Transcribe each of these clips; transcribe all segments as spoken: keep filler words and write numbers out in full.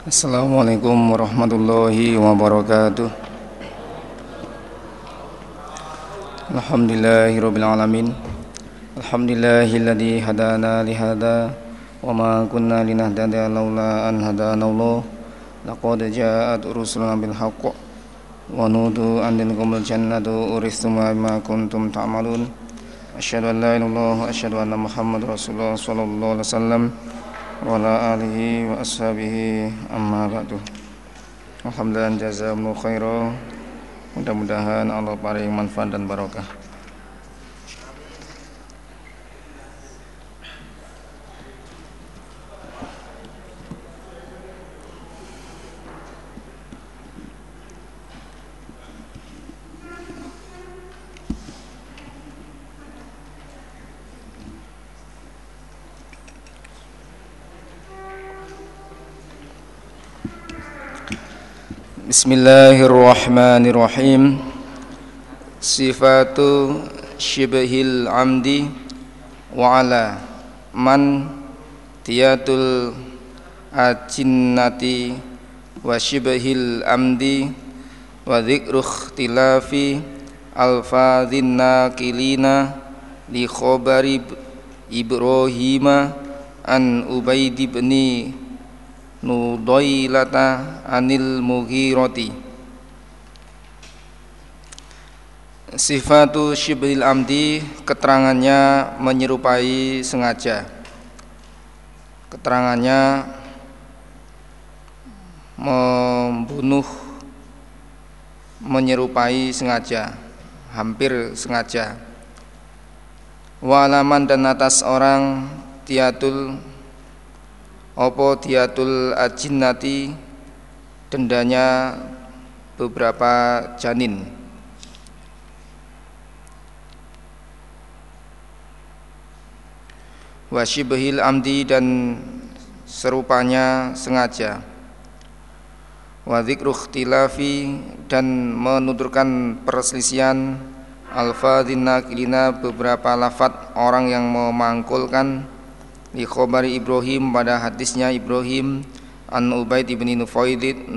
Assalamualaikum warahmatullahi wabarakatuh. Alhamdulillahirabbil alamin. Alhamdulillahilladzi hadana li hadza wa ma kunna linahtadiya laula an hadanallah. Laqad ja'at rusuluna bil haqq wa nudu an tilkumul jannatu uristum ma kuntum ta'malun. Asyhadu an la ilaha illallah wa asyhadu anna Muhammadar Rasulullah sallallahu alaihi wasallam wa ala alihi wa ashabihi amma ba'du. Alhamdulillah jazakumullahu khairan. Mudah-mudahan Allah paring manfaat dan barokah. Bismillahirrahmanirrahim. Sifatu syibhil amdi wa ala man tiyatul ajinnati wa syibhil amdi wa dzikru ikhtilafi alfadhin naqilina li khabari Ibrahima an Ubaid ibn Nudailata anil Mughirati. Sifatu syibhil amdi, keterangannya menyerupai sengaja. Keterangannya membunuh menyerupai sengaja, hampir sengaja. Walaman dan atas orang tiatul opo diatul ajinnati, dendanya beberapa janin. Wasyibhil amdi, dan serupanya sengaja. Wa dzikru ikhtilafi, dan menuturkan perselisihan alfadhin naqilina, beberapa lafadz orang yang memangkulkan di khabari Ibrahim, pada hadisnya Ibrahim an Ubaid ibn Nufaidid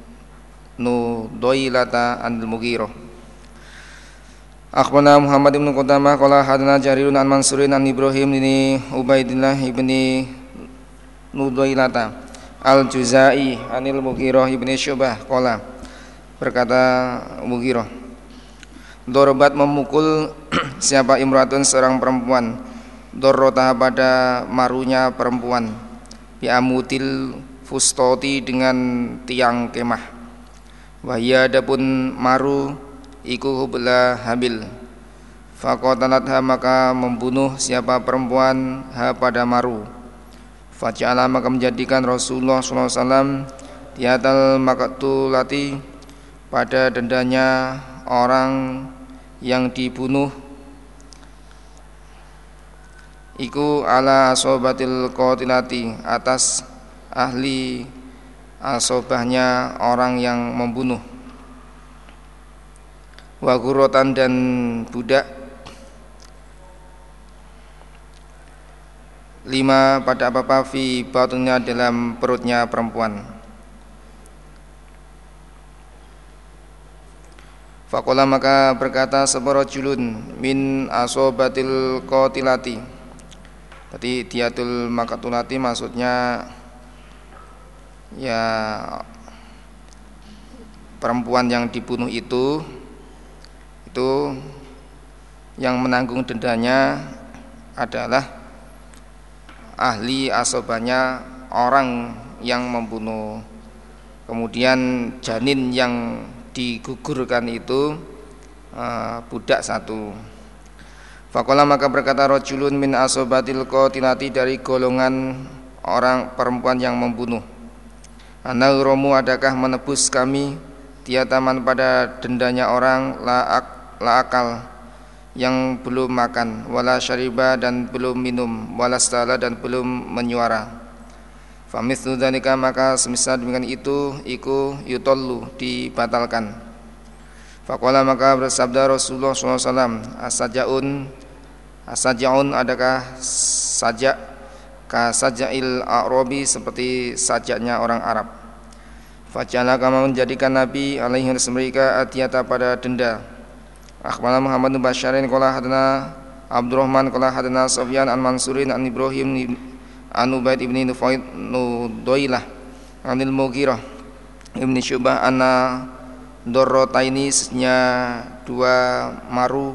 Nudailata anil Mughirah. Akhbarana Muhammad ibn Qudamah qala hadana Jarirun an Mansurin an Ibrahim ini Ubaidillah ibn Nudailata al-Juzai anil Mughirah ibn Syu'bah qala, berkata Mughirah, dorobat memukul siapa imratun, seorang perempuan, dorrotah pada marunya perempuan, bi'amutil fustoti, dengan tiang kemah. Wahya, adapun maru iku hubla habil. Faqatalatha, maka membunuh siapa perempuan ha pada maru. Faja'ala, maka menjadikan Rasulullah sallallahu alaihi wasallam tiatal maqtulati, pada dendanya orang yang dibunuh, iku ala asobatil qatilati, atas ahli asobahnya orang yang membunuh. Wa ghurratan, dan budak. Lima, pada apa-apa fi batunnya, dalam perutnya perempuan. Faqala, maka berkata sabarajulun min asobatil qatilati. Tadi diatul makatulati maksudnya ya perempuan yang dibunuh itu itu yang menanggung dendanya adalah ahli asobanya orang yang membunuh. Kemudian janin yang digugurkan itu uh, budak satu. Faqala, maka berkata rajulun min asobatil qatilati, dari golongan orang perempuan yang membunuh, anaghramu, adakah menebus kami tiataman, pada dendanya orang la, ak, la akal, yang belum makan, wala syariba, dan belum minum, wala stala, dan belum menyuara. Famithlu dzalika, maka semisal demikian itu iku yutollu, dibatalkan. Faqala, maka bersabda Rasulullah sallallahu alaihi wasallam, asajaun asajaun, adakah sajak ka sajail a'rabi, seperti sajaknya orang Arab. Faja'ala kama menjadikan Nabi alaihi mereka atiyata pada denda. Akhbarana Muhammad bin Basharin qala hadana Abdurrahman qala hadana Sufyan an Mansurin an Ibrahim an Ubaid ibn Nufaid Nudailah anil Mughirah ibn Syubah anna Dorrotaini sesnya dua maru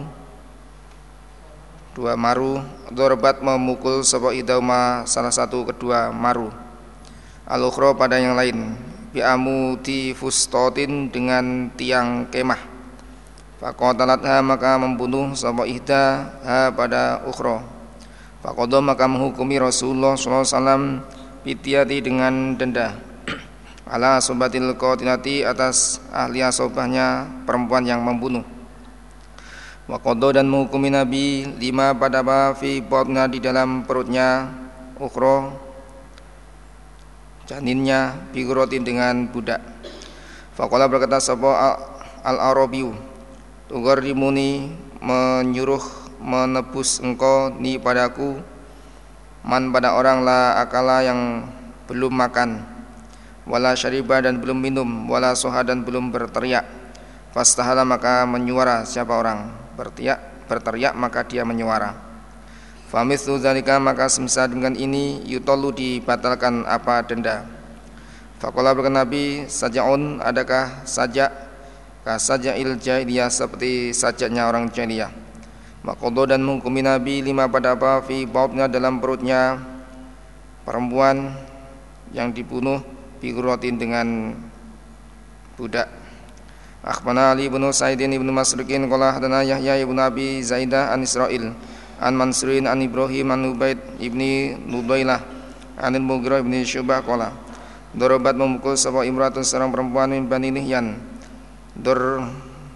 dua maru dorbat memukul sapa idama salah satu kedua maru al-ukhra pada yang lain bi'amuti fustotin dengan tiang kemah faqatalatha maka membunuh sapa ihda ha pada ukhra faqadha maka menghukumi Rasulullah sallallahu alaihi wasallam pitiyati dengan denda ala sobatil qatilati atas ahli asobahnya perempuan yang membunuh waqadha dan menghukumi Nabi lima pada apa fi batna di dalam perutnya ukhra janinnya bigurotin dengan budak. Faqala berkata sapa al-Arabiyu tugarrimuni menyuruh menebus engkau ni padaku man pada orang la akala yang belum makan wala syariba dan belum minum wala soha dan belum berteriak fastahala maka menyuara siapa orang berteriak berteriak maka dia menyuara. Famithlu dzalika maka semisal dengan ini yutollu dibatalkan apa denda. Faqala berkata Nabi sajaun adakah sajak ka sajail jahiliyah seperti sajaknya orang jahiliyah. Maqadha dan menghukumi Nabi lima pada apa fi bautnya dalam perutnya perempuan yang dibunuh bigurotin dengan budak. Akhbarana Ali bin Sa'idin ibn Masrukin qala hadana Yahya ibn Abi Zaidah an Israil an Mansurin an Ibrahim an Ubaid ibni Nudailah anil Mughirah ibni Syubah qala dorobat memukul sebuah imratun seorang perempuan min Bani Lihyan dor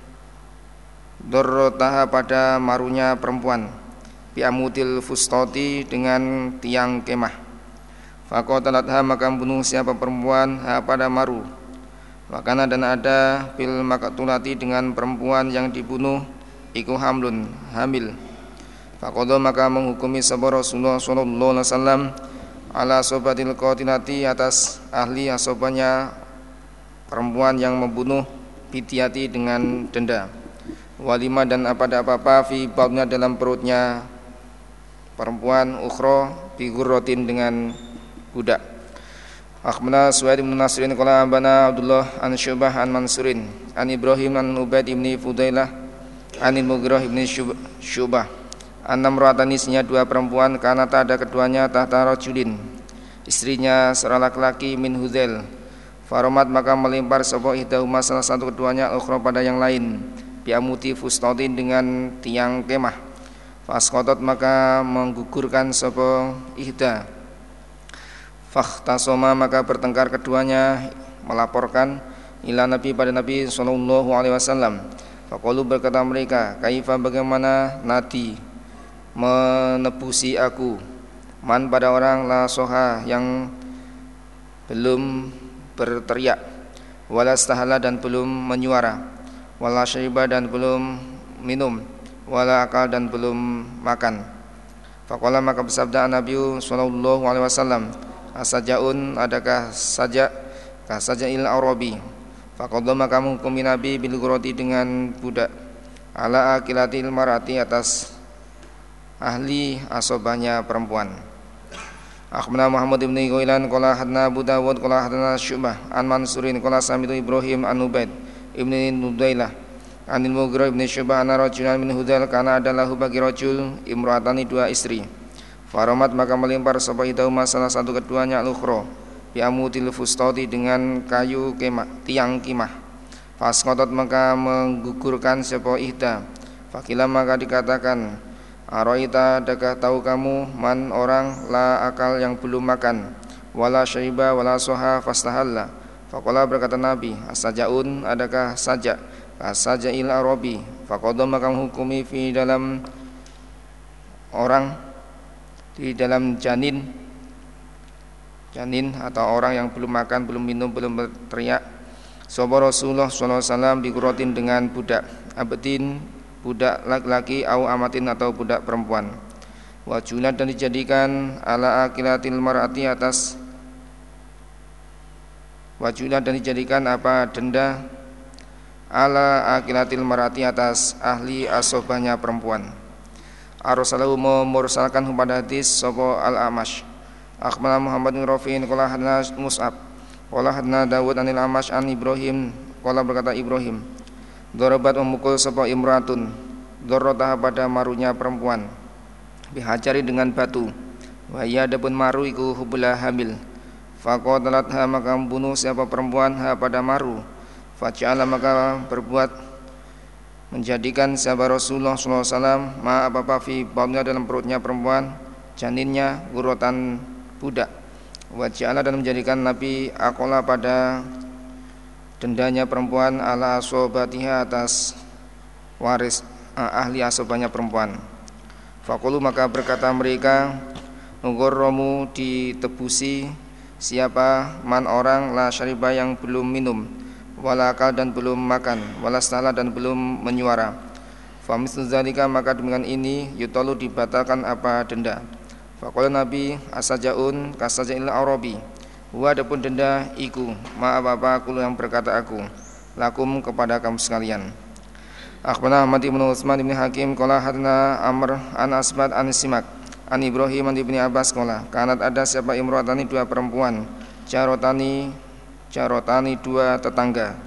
dorotaha pada marunya perempuan bi'amutil fustati dengan tiang kemah faqatalatha maka membunuh siapa perempuan ha pada maru makana dan ada bil maqtulati dengan perempuan yang dibunuh iku hamlun hamil. Faqadha maka menghukumi sapa Rasulullah sallallahu alaihi wasallam ala sobatil qatilati atas ahli asobanya perempuan yang membunuh bitiati dengan denda walima dan apa apa fi babnya dalam perutnya perempuan ukhra bi ghurratin dengan budak. Akhbarana Suhaid bin Nasrin qala abana Abdullah an Syubah an Mansurin an Ibrahim an Ubaid ibni Fudailah anil Mughirah ibni Syubah Anam ratanisnya dua perempuan karena tak ada keduanya tahta rajulin istrinya seorang laki-laki min Hudzail faromat maka melempar sapa ihdahuma salah satu keduanya ukhra pada yang lain biamuti fustatin dengan tiang kemah fasqatat maka menggugurkan sapa ihda fakhtasoma maka bertengkar keduanya melaporkan ila Nabi pada Nabi sallallahu alaihi wasallam faqalu berkata mereka kaifa bagaimana nadi menebusi aku man pada orang la soha yang belum berteriak wala stahala dan belum menyuara wala syariba dan belum minum wala akal dan belum makan. Faqala maka bersabda Nabi sallallahu alaihi wasallam asajaun adakah sajak ka sajail arabi faqadha maka menghukumi Nabi bil ghurati dengan budak ala akilatil marati atas ahli asobahnya perempuan. Akhbarana Muhammad ibn Ghailan qala hadna Abu Dawud qala hadna Syu'bah an Mansurin qala sami'tu Ibrahim an Ubaid ibn Nudailah anil Mughirah ibn Syubah anna rajulan min Hudzail kana adalahu bagi rajul imra'atani dua istri faromat maka melempar sapa idahuma salah satu keduanya al-ukhra bi amutil fustati dengan kayu kemah tiang kimah fasqatat maka menggugurkan sapa ihda fakila maka dikatakan Aroita adakah tahu kamu man orang la akal yang belum makan wala syaiba wala soha fastahalla faqala berkata Nabi asajaun adakah sajak asajail arabi faqadha maka menghukumi fi dalam orang di dalam janin janin atau orang yang belum makan belum minum belum berteriak sapa Rasulullah sallallahu alaihi wasallam bikurotin dengan budak abdin budak laki-laki au amatin atau budak perempuan wajulat dan dijadikan ala akilatil mar'ati atas Wajulah dan dijadikan apa denda ala akilatil marati atas ahli asobahnya perempuan. Arsalahu memursalkan pada hadis sapa al-Amash. Akhbarana Muhammad bin Rafi'in qala hadna Mus'ab qala hadna Dawud anil Amash an Ibrahim qala berkata Ibrahim darabat memukul sapa imratun darratah pada marunya perempuan bihajari dengan batu wa ya adapun maru iku hubla hamil faqatalatha maka membunuh siapa perempuan ha pada maru faja'ala maka berbuat menjadikan siapa Rasulullah sallallahu alaihi wasallam ma apa-apa fi bautnya dalam perutnya perempuan janinnya gurotan budak waja'ala dan menjadikan Nabi akola pada dendanya perempuan ala asobatiha atas waris ahli asobahnya perempuan. Fakulu maka berkata mereka nugorromu ditebusi siapa man orang la syariba yang belum minum walakal dan belum makan walastala dan belum menyuara. Famithlu zalika maka demikian ini yutolu dibatalkan apa denda. Faqala Nabi asajaun kasajail arabi wa adapun denda iku ma apa aku yang berkata aku lakum kepada kamu sekalian. Akhbarana Ahmad ibn Utsman ibn Hakim qala hadna Amr an Asbad an Simak an Ibrahim an ibni Abbas qala kanat ada siapa imro'atani dua perempuan jarotani jarotani dua tetangga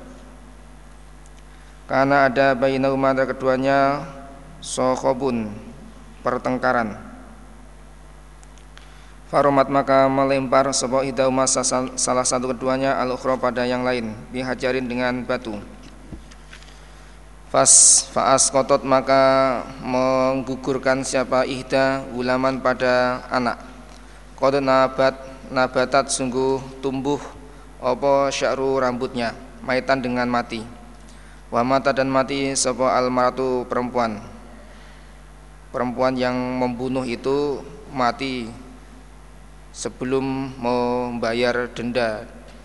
karena ada bainahuma antara keduanya sokhobun pertengkaran. Faromat maka melempar sebuah idauma salah satu keduanya al-ukhra pada yang lain bihajarin dengan batu. Fas faas kotot maka menggugurkan siapa ihda ulaman pada anak. Qad nabat nabatat sungguh tumbuh apa sya'ru rambutnya maitan dengan mati. Wa mata dan mati sapa al-maratu perempuan. Perempuan yang membunuh itu mati sebelum membayar denda.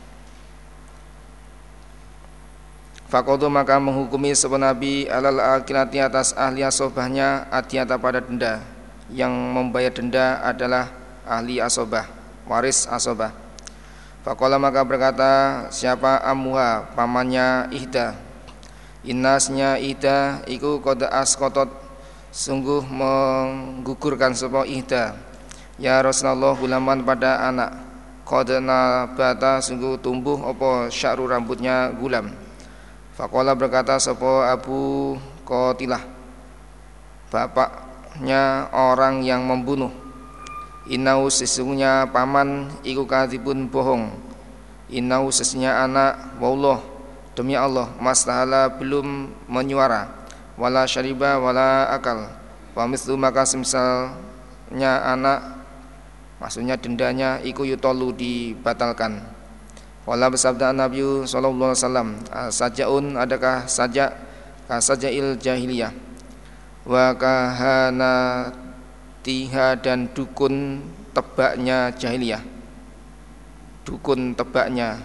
Fakodu maka menghukumi sebuah Nabi alal akilati atas ahli asobahnya adiata pada denda. Yang membayar denda adalah ahli asobah, waris asobah. Fakola maka berkata siapa amuha pamannya ihda. Innasnya ihda iku kode askotot sungguh menggugurkan sebuah ihda. Ya Rasulullah gulaman pada anak kode nabata sungguh tumbuh apa sya'ru rambutnya gulam. Faqala berkata sapa Abu Qatilah bapaknya orang yang membunuh inau sesungguhnya paman iku kadzibun bohong inau sesungguhnya anak wallah demi Allah mastahala belum menyuara wala syariba wala akal wa mislu maka semisalnya anak maksudnya dendanya iku yutolu dibatalkan. Wala bersabda Nabi sallallahu alaihi wasallam sajaun adakah sajak ka sajail jahiliyah wa kahanatiha dan dukun tebaknya jahiliyah dukun tebaknya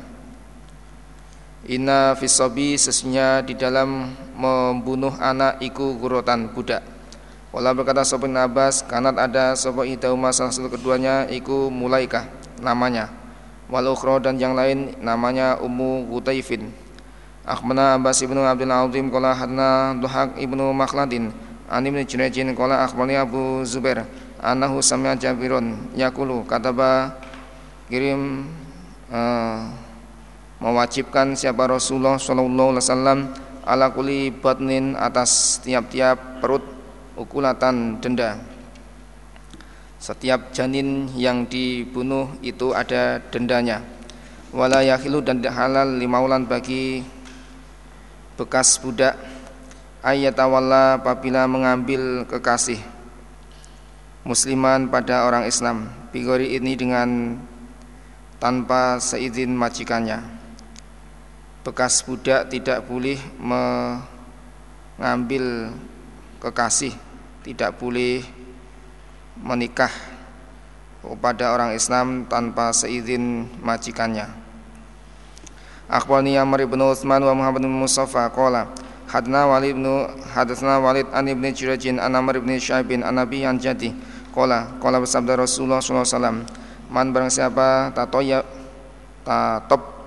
inna fisabi sesungguhnya di dalam membunuh anak iku gurotan budak. Wala berkata sahabat Abbas kanat ada sahabat idauma salah satu keduanya iku Mulaikah namanya wal ukhra dan yang lain namanya Ummu Qutaifin. Akhbarana Abbas ibnu Abdul Azim qala hadna Duhaq ibnu Makhladin an ibnu Jurayjin qala akhbarani Abu Zubair annahu sami'a Jabirun yaqulu kataba kirim uh, mewajibkan siapa Rasulullah sallallahu alaihi wasallam ala kulli batnin atas tiap-tiap perut ukulatan denda. Setiap janin yang dibunuh itu ada dendanya. Wala yakhilu dan tidak halal limaulan bagi bekas budak ayyatawalla apabila mengambil kekasih musliman pada orang Islam bigori ini dengan tanpa seizin majikannya. Bekas budak tidak boleh mengambil kekasih, tidak boleh menikah kepada orang Islam tanpa seizin majikannya. Akhbarani Amr ibn Utsman wa Muhammad bin Mustafa qala hadna Walid ibn hadatsna Walid an ibn Jurajin an Amr ibn Syaibin an Nabi an Jadi qala qala bersabda Rasulullah sallallahu alaihi wasallam man barang siapa tatoya tatop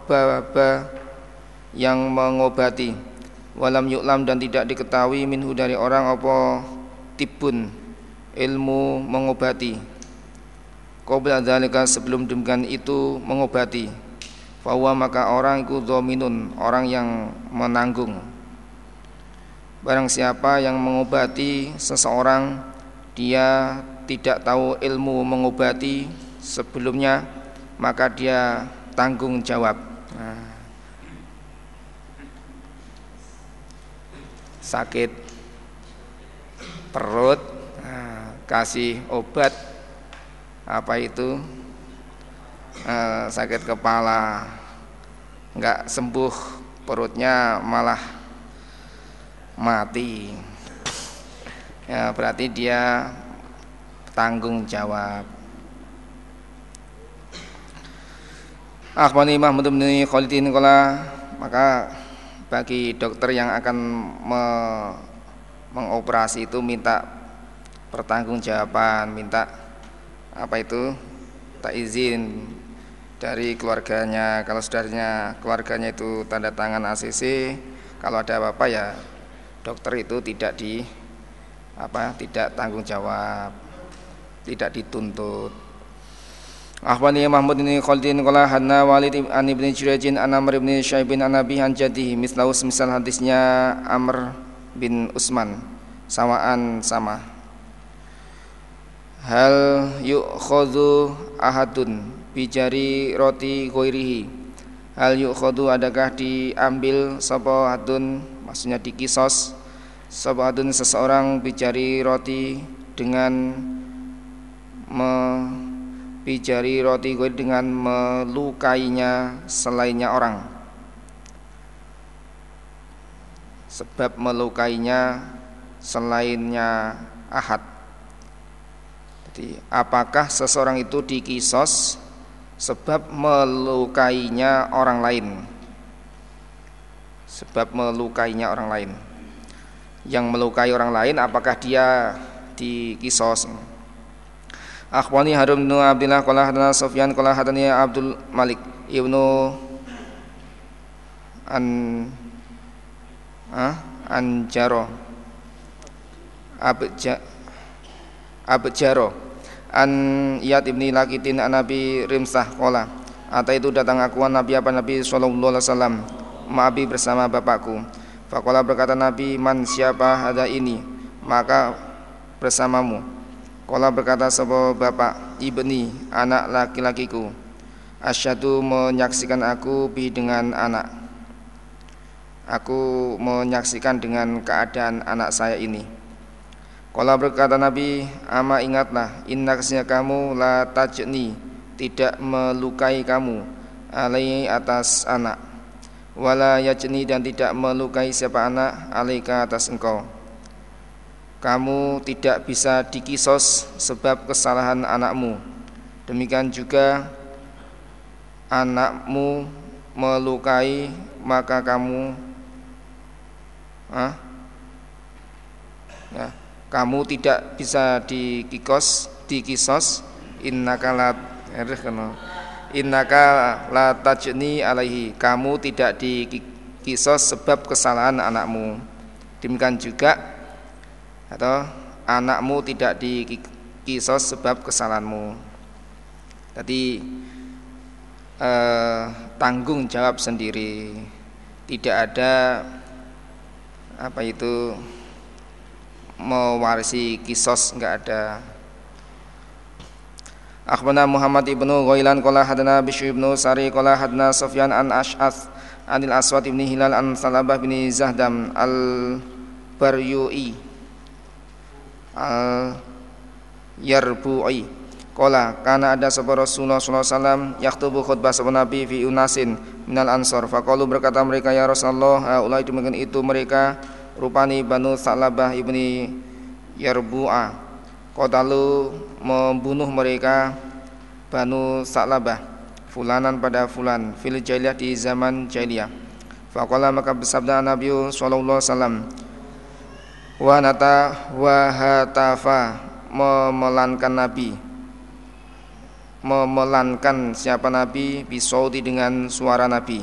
tabbaba yang mengobati, walam yu'lam dan tidak diketahui minhu dari orang apa tibun ilmu mengobati, qabla dzalika sebelum demikian itu mengobati, fahuwa maka orang itu dhaminun orang yang menanggung. Barang siapa yang mengobati seseorang dia tidak tahu ilmu mengobati sebelumnya, maka dia tanggung jawab. Nah, sakit perut, nah, kasih obat apa itu, eh, sakit kepala nggak sembuh, perutnya malah mati, ya berarti dia tanggung jawab. Akhbani Mahmud bin Khalidin qala, maka bagi dokter yang akan me, mengoperasi itu minta pertanggungjawaban, minta apa itu tak izin dari keluarganya. Kalau saudaranya keluarganya itu tanda tangan A C C, kalau ada apa-apa ya dokter itu tidak di apa tidak tanggung jawab, tidak dituntut. Akhbani Mahmud bin Khalidin qala hadna Walid an ibni Jurayjin an Amr bin Syaibin an Abi an jadihi mislahu, misal hadisnya Amr bin Utsman sawaan sama. Hal yu'khadhu ahadun bijari roti ghairihi, hal yu'khadhu adakah diambil sapa hadun, maksudnya dikisos sapa hadun seseorang bijari roti dengan me bijari roti dengan melukainya selainnya orang, sebab melukainya selainnya ahad. Jadi apakah seseorang itu dikisos sebab melukainya orang lain, sebab melukainya orang lain, yang melukai orang lain apakah dia dikisos? Akhwani Harun bin Abdillah qala hadana Sufyan qala hadani Abdul Malik ibnu an ah Anjaro Abja Abjaro an Iyad ibni Lakitin an Nabi Rimsah qala, ata itu datang aku Nabi apa Nabi sallallahu alaihi wasallam ma'abi bersama bapakku. Faqala berkata Nabi, man siapa ada ini maka bersamamu. Qala berkata sapa bapak, ibni anak laki-lakiku, asyhadu menyaksikan aku bi dengan anak, aku menyaksikan dengan keadaan anak saya ini. Qala berkata Nabi, ama ingatlah, innakasnya kamu la tajni tidak melukai kamu alai atas anak, wala yajni dan tidak melukai siapa anak alaika atas engkau. Kamu tidak bisa dikisos sebab kesalahan anakmu, demikian juga anakmu melukai maka kamu ah, ya, kamu tidak bisa dikikos dikisos innaka la innaka la tajni alaihi, kamu tidak dikisos sebab kesalahan anakmu, demikian juga atau anakmu tidak dikisos sebab kesalahanmu. Jadi eh, tanggung jawab sendiri, tidak ada apa itu mewarisi kisos, enggak ada. Akhbarana Muhammad ibnu Ghailan qala hadana Bishr ibnu Sari qala hadana Sufyan an Ash'ath anil Aswad ibni Hilal an Salabah bin Zahdam al-Baryui al-Yarbu'i qala kana ada sahabat Rasulullah sallallahu alaihi wasallam yaktubu khutbah sahabat Nabi fi unasin minal ansor, faqalu berkata mereka, ya Rasulullah, haulai demikian itu mereka rupani Banu Salabah ibni Yarbu'a, qatalu membunuh mereka Banu Salabah fulanan pada fulan fil jahiliyah di zaman jahiliyah. Faqala maka bersabda Nabi sallallahu alaihi wasallam, wa nata wa hatafa memelankan Nabi memelankan siapa Nabi bisauti dengan suara Nabi.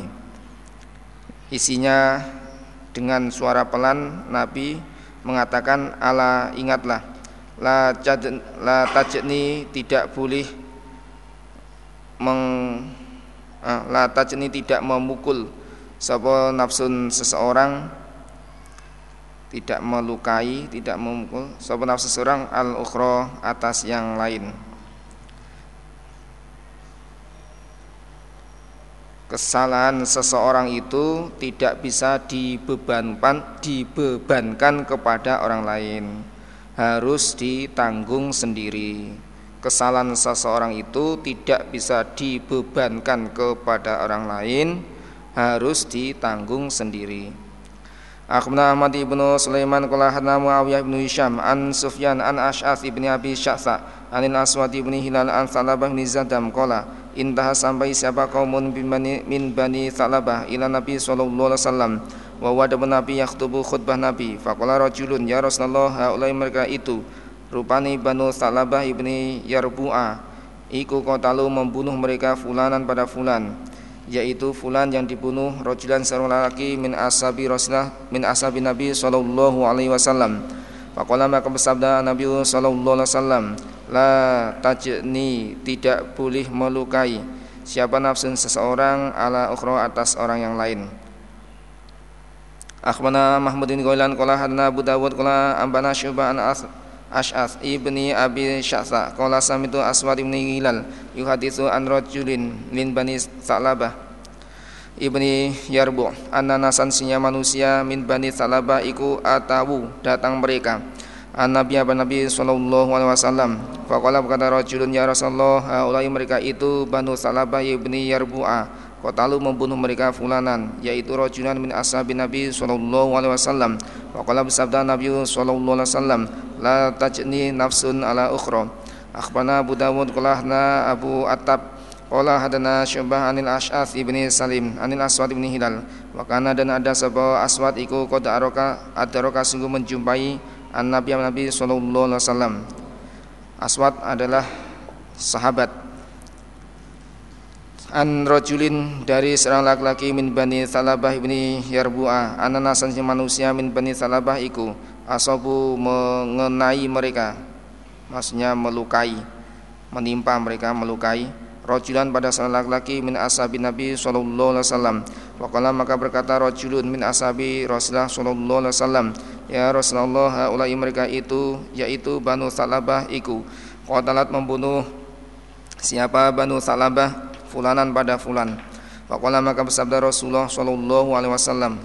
Isinya dengan suara pelan Nabi mengatakan, ala ingatlah, la cad, la tajni tidak boleh meng ah, la tajni tidak memukul sapa nafsun seseorang, tidak melukai, tidak memukul sapa nafsu seseorang al-ukhra atas yang lain. Kesalahan seseorang itu tidak bisa dibebankan dibebankan kepada orang lain, harus ditanggung sendiri. Kesalahan seseorang itu tidak bisa dibebankan kepada orang lain, harus ditanggung sendiri. Akhbarana Ahmad ibnu Sulaiman qala hadana Muawiyah ibnu Hisham an Sufyan an Ash'ath ibni Abi Sya'sa anil Aswad ibni Hilal an Thalabah ibni Zadam qala intaha sampai siapa kaumun min bani Thalabah ila Nabi sallallahu alaihi wasallam wa wadabu Nabi yakhutubu khutbah Nabi faqala rajulun ya Rasulullah haulai mereka itu rupani Banu Thalabah ibni Yarbu'a iku qatalu membunuh mereka fulanan pada fulan, yaitu fulan yang dibunuh rajulan seorang lelaki min ashabi Rasulullah min ashabi Nabi sallallahu alaihi wasallam. Faqala maka bersabda Nabi sallallahu alaihi wasallam, la tajni tidak boleh melukai siapa nafsun seseorang ala ukhra atas orang yang lain. Akhbarana Mahmud bin Ghailan qala hadana Abu Dawud qala ambana Syu'bah an Ash'ath ibni Abi Sya'sa qala samitu Aswad ibni Hilal yuhaditsu an rajulin min bani Thalabah ibni Yarbu anna nasan sinya manusia min bani Thalabah iku atawu datang mereka an Nabi apa Nabi sallallahu alaihi wasallam faqala berkata rajulun ya Rasulullah haulai mereka itu Banu Thalabah ibni Yarbu'a qatalu membunuh mereka fulanan, yaitu rajulan min ashabin Nabi sallallahu alaihi wasallam. Faqala bersabda Nabi sallallahu alaihi wasallam, la tajni nafsun ala ukhra. Akhbarana Abu Dawud qala Abu Attab qala hadana Syu'bah anil Ash'ath ibni Salim anil Aswad ibni Hilal. Wa kana dan ada sebuah Aswad iku qad araka adaraka sungguh menjumpai an Nabi Nabi sallallahu alaihi wasallam. Aswad adalah sahabat. An rajulin dari seorang laki-laki min bani Thalabah ibni Yarbu'a ananasan manusia min bani Thalabah iku asabu mengenai mereka, maksudnya melukai, menimpa mereka, melukai rajulan pada seorang laki-laki min ashabi Nabi sallallahu alaihi wasallam. Waqala maka berkata rajulun min ashabi Rasulullah sallallahu alaihi wasallam, ya Rasulullah haulai mereka itu yaitu Banu Thalabah iku qatalat membunuh siapa Banu Thalabah fulanan pada fulan. Faqala maka bersabda Rasulullah sallallahu alaihi wasallam,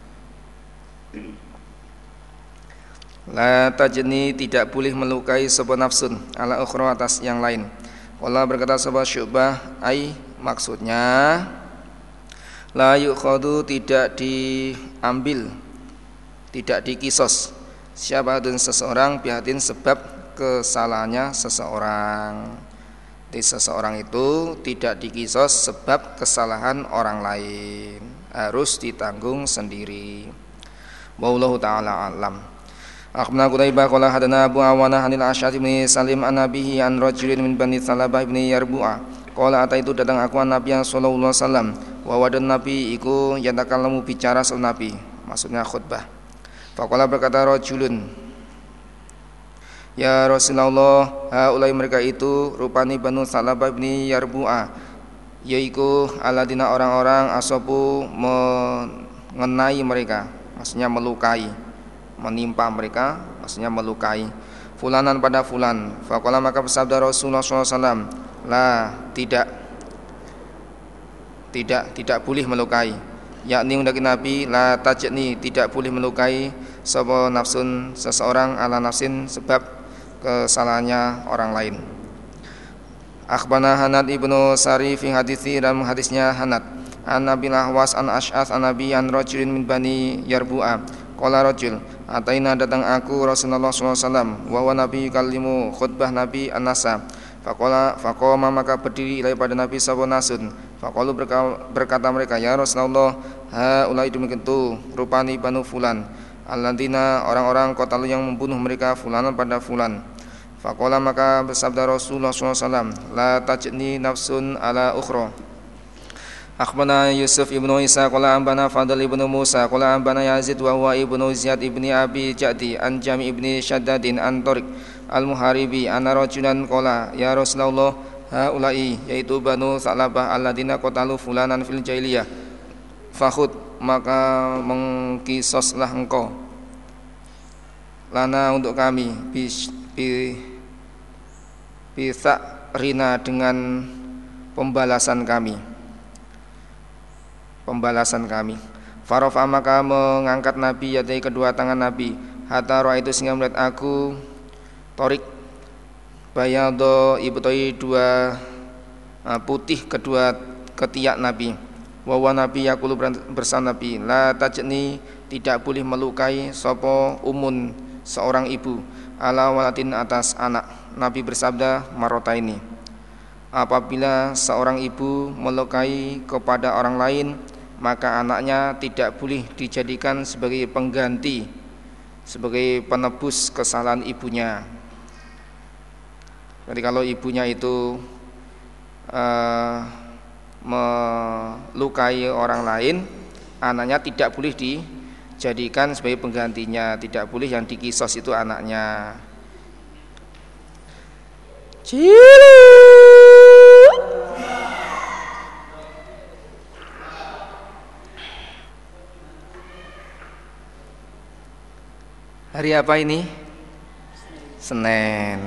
la tajni tidak boleh melukai sebuah nafsun ala ukhra atas yang lain. Qala berkata sebuah Syu'bah ai maksudnya la yukhadu tidak diambil, tidak dikisos siapa dan seseorang bihatin sebab kesalahannya seseorang. Di seseorang itu tidak dikisos sebab kesalahan orang lain, harus ditanggung sendiri. Wallahu ta'ala a'lam. Akhbarana Qutaibah qala hadana Abu Awanah anil Ash'ath bin Salim an nabihi an rajulin min bani Thalabah bin Yarbu'a qala ataitu datang aku an Nabi sallallahu alaihi wasallam wa wadan Nabi iku yatakallamu bicara sama Nabi, maksudnya khutbah. Faqala berkata rajulun, ya Rasulullah haulai mereka itu rupani Banu Thalabah bin Yarbu'a, yaitu aladina orang-orang asabu mengenai mereka, maksudnya melukai, menimpa mereka, maksudnya melukai fulanan pada fulan. Faqala maka bersabda Rasulullah sallallahu alaihi wasallam, la tidak tidak tidak boleh melukai, yakni undaki Nabi la tajni tidak boleh melukai sapa nafsun seseorang ala nafsin sebab kesalahannya orang lain. Akhbarana Hanad ibnu Sari fi hadithi dalam hadisnya Hanad an Nabi Lahwas an Ash'ath an Nabi an rajulin min bani Yarbu'a qala rajul ataina datang aku Rasulullah sallallahu alaihi wasallam wa huwa nabi yukallimu khutbah Nabi an-nasa faqala faqama maka berdiri daripada Nabi sallallahu alaihi wasallam faqalu berkata mereka ya Rasulullah haulai demikian tu rupani Banu fulan alladzina orang-orang qatalu yang membunuh mereka fulanan pada fulan. Faqala maka bersabda Rasulullah sallallahu alaihi wasallam, la tajni nafsun ala ukhra. Akhbarana Yusuf ibnu Isa qala ambana Fadl ibnu Musa qala ambana Yazid wa huwa ibnu Ziyad ibni Abi Ja'di an Jami ibni Shaddadin an Tariq al-Muharibi anna rajulan qala ya Rasulullah haula'i yaitu Banu Sa'labah alladzina qatalu fulanan fil jahiliyah fakhud maka mengkisoslah engkau lana untuk kami bis bisa rina dengan pembalasan kami pembalasan kami farofa maka mengangkat Nabi yaitu kedua tangan Nabi hatta roa itu sehingga melihat aku torik bayado ibtoi dua putih kedua ketiak Nabi wawa Nabi yakulu bersama Nabi la tajni tidak boleh melukai sopo umun seorang ibu ala walatin atas anak. Nabi bersabda marota ini apabila seorang ibu melukai kepada orang lain maka anaknya tidak boleh dijadikan sebagai pengganti sebagai penebus kesalahan ibunya. Jadi kalau ibunya itu uh, melukai orang lain, anaknya tidak boleh dijadikan sebagai penggantinya, tidak boleh yang dikisos itu anaknya. Cilu. Hari apa ini? Senin.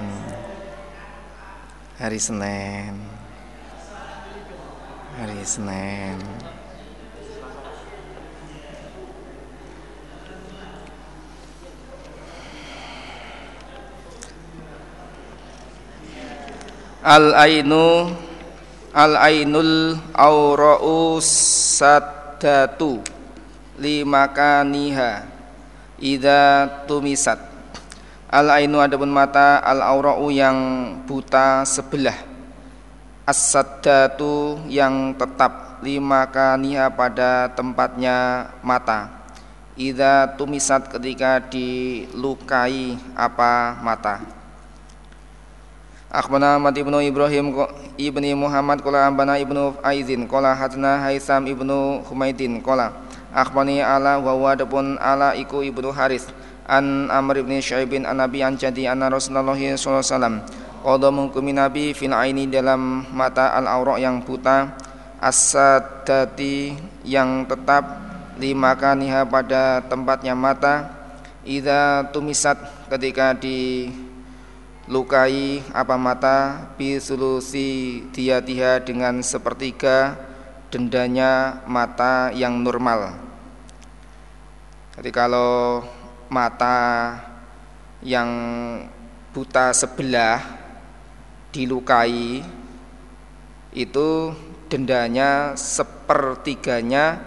Hari Senin. Hari Senin. Al-ainu al-ainul aura'u saddatu limakaniha idza tumisat. Al-ainu adapun mata al-aura'u yang buta sebelah, as-saddatu yang tetap, limakaniha pada tempatnya mata, idza tumisat ketika dilukai apa mata. Akhbarana Ahmad ibnu Ibrahim ibni Muhammad qala ambana ibnu Aizin qala hadna Haisam ibnu Humaidin qala akhbarani ala wa huwa adapun ala iku ibnu Haris an Amr ibni Syuaibin an Nabi an jadi anna Rasulullah sallallahu alaihi wasallam qada menghukumi Nabi fil aini dalam mata al-aura yang buta as-saddati yang tetap limakaniha pada tempatnya mata idza tumisat ketika di lukai apa mata bisulusi diyatiha dengan sepertiga dendanya mata yang normal. Jadi kalau mata yang buta sebelah dilukai itu dendanya sepertiganya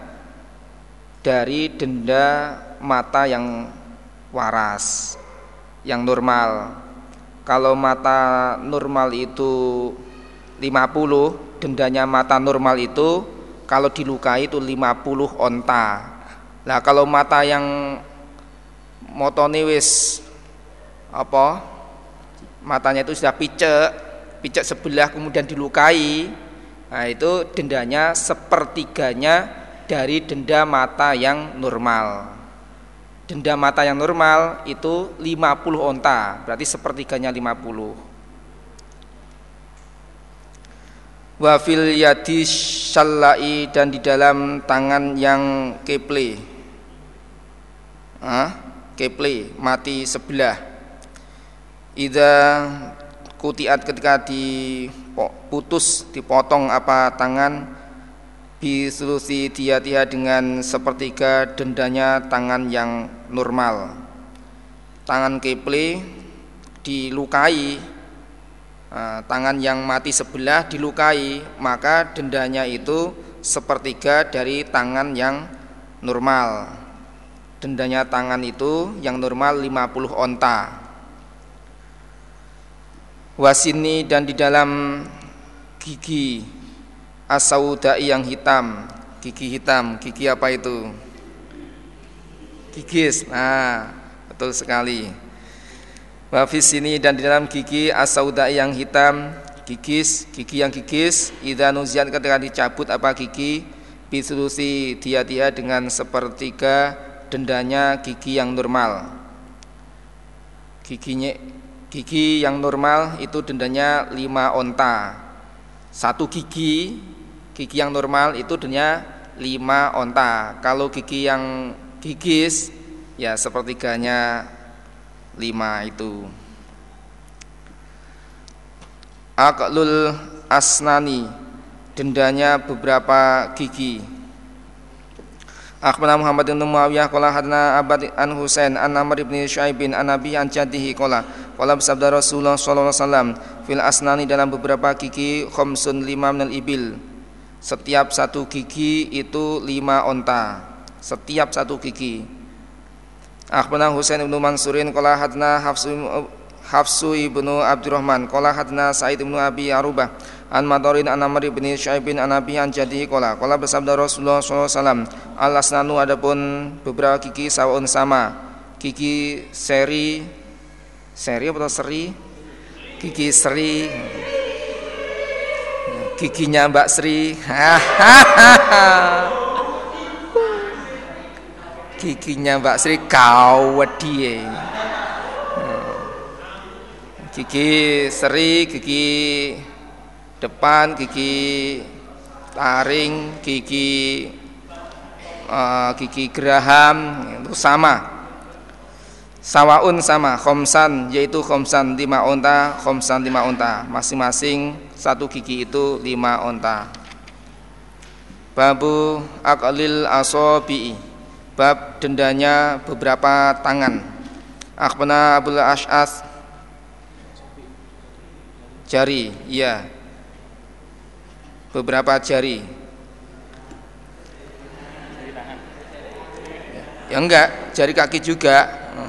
dari denda mata yang waras, yang normal. Kalau mata normal itu lima puluh, dendanya mata normal itu kalau dilukai itu lima puluh onta. Lah kalau mata yang motone wis apa? Matanya itu sudah picek, picek sebelah kemudian dilukai. Nah, itu dendanya sepertiganya dari denda mata yang normal. Denda mata yang normal itu lima puluh onta, berarti sepertiganya lima puluh. Wa fil yadi syallai dan di dalam tangan yang keple. Ah, keple mati sebelah. Idza kutiat ketika diputus, dipotong apa tangan bisulusi diyatiha dengan sepertiga dendanya tangan yang normal. Tangan keple dilukai, nah, tangan yang mati sebelah dilukai, maka dendanya itu sepertiga dari tangan yang normal. Dendanya tangan itu yang normal lima puluh onta. Wasini dan di dalam gigi as-saudai yang hitam, gigi hitam, gigi apa itu? Gigis. Nah, betul sekali. Wa fis sini dan di dalam gigi as-sauda yang hitam, gigis, gigi yang gigis, idza nuziat ketika dicabut apa gigi, bisulusi dia-dia dengan sepertiga dendanya gigi yang normal. Giginya gigi yang normal itu dendanya lima onta. Satu gigi, gigi yang normal itu dendanya lima onta. Kalau gigi yang gigis ya sepertiganya lima itu. Aqlul asnani, dendanya beberapa gigi. Akhbarana Muhammad bin Muawiyah qala hadna Abad an Husain an Amr bin Syuaib an Nabi an jaddihi qala qala sabda Rasulullah sallallahu alaihi wasallam fil asnani, dalam beberapa gigi, khamsun lima minal ibil, setiap satu gigi itu lima onta, setiap satu gigi. Akhbarana Husain bin Mansurin qala hadna Hafsu Hafsu ibnu Abdurrahman qala hadna Sa'id ibnu Abi Arubah an Madarin an Amr bin Syuaib an Nabi an jaddihi qala qala bersabda Rasulullah sallallahu alaihi wasallam al-asnanu, adapun beberapa gigi sawaun sama, gigi seri seri atau seri gigi seri giginya Mbak Sri giginya Mbak Sri kawedie. Gigi seri, gigi depan, gigi taring, gigi uh, gigi geraham itu sama. Sawaun sama, khomsan yaitu khomsan lima onta, khomsan lima onta, masing-masing satu gigi itu lima onta. Babu aqlil asobi'i, bab dendanya beberapa tangan. Akhbarana Abul Ash'as, jari, iya, beberapa jari. Ya enggak, jari kaki juga.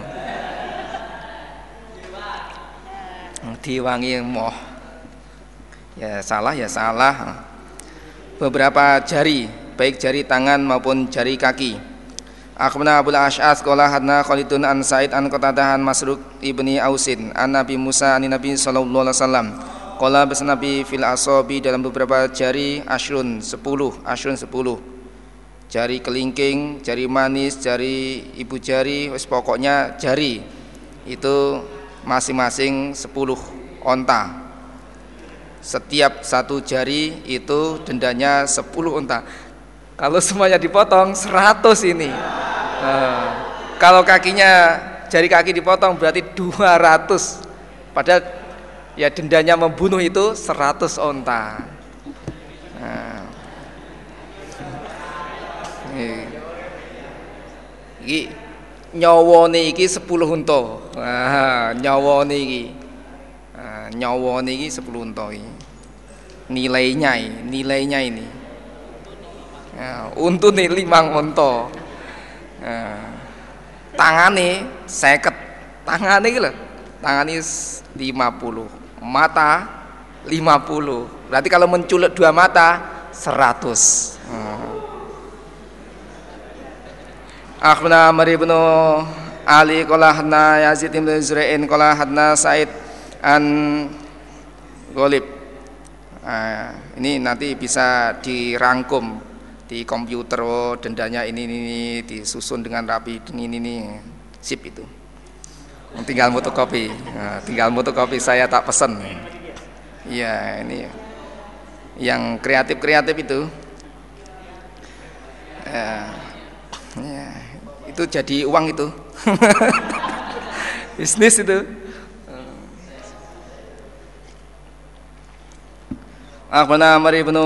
Diwangi moh. Ya salah ya salah. Beberapa jari, baik jari tangan maupun jari kaki. Akhbarana Abul Ash'as qala hadna Khalidun an Sa'id an Qatadah an Masruq ibni Ausin an Nabi Musa an Nabi sallallahu alaihi wasallam qala basnabi fil asabi, dalam beberapa jari, ashrun sepuluh, ashrun sepuluh. Jari kelingking, jari manis, jari ibu jari, wis pokoknya jari itu masing-masing sepuluh onta. Setiap satu jari itu dendanya sepuluh onta. Kalau semuanya dipotong seratus ini. Nah, kalau kakinya, jari kaki dipotong berarti dua ratus. Padahal ya dendanya membunuh itu seratus onta. Nah, iki nyawane iki sepuluh unta. Nah, nyawane iki. Nah, nyawane iki sepuluh unta iki. Nilainya, nilainya ini. Ya, untune limang unta. Ya, tangane seket, tangane iki lho, tangane lima puluh, mata lima puluh. Berarti kalau menculuk dua mata seratus. Akhbarana Amr bin Ali qala hadna Yazid bin Zura'in qala hadna Sa'id an Ghalib. Nah, ini nanti bisa dirangkum di komputer, oh dendanya ini, ini, ini disusun dengan rapi, ini ini, ini. Sip itu. Tinggal fotokopi. Nah, tinggal fotokopi saya tak pesen. Iya, ini yang kreatif-kreatif itu. Ya, ya, itu jadi uang itu. Bisnis itu. Akhbarana Amr bin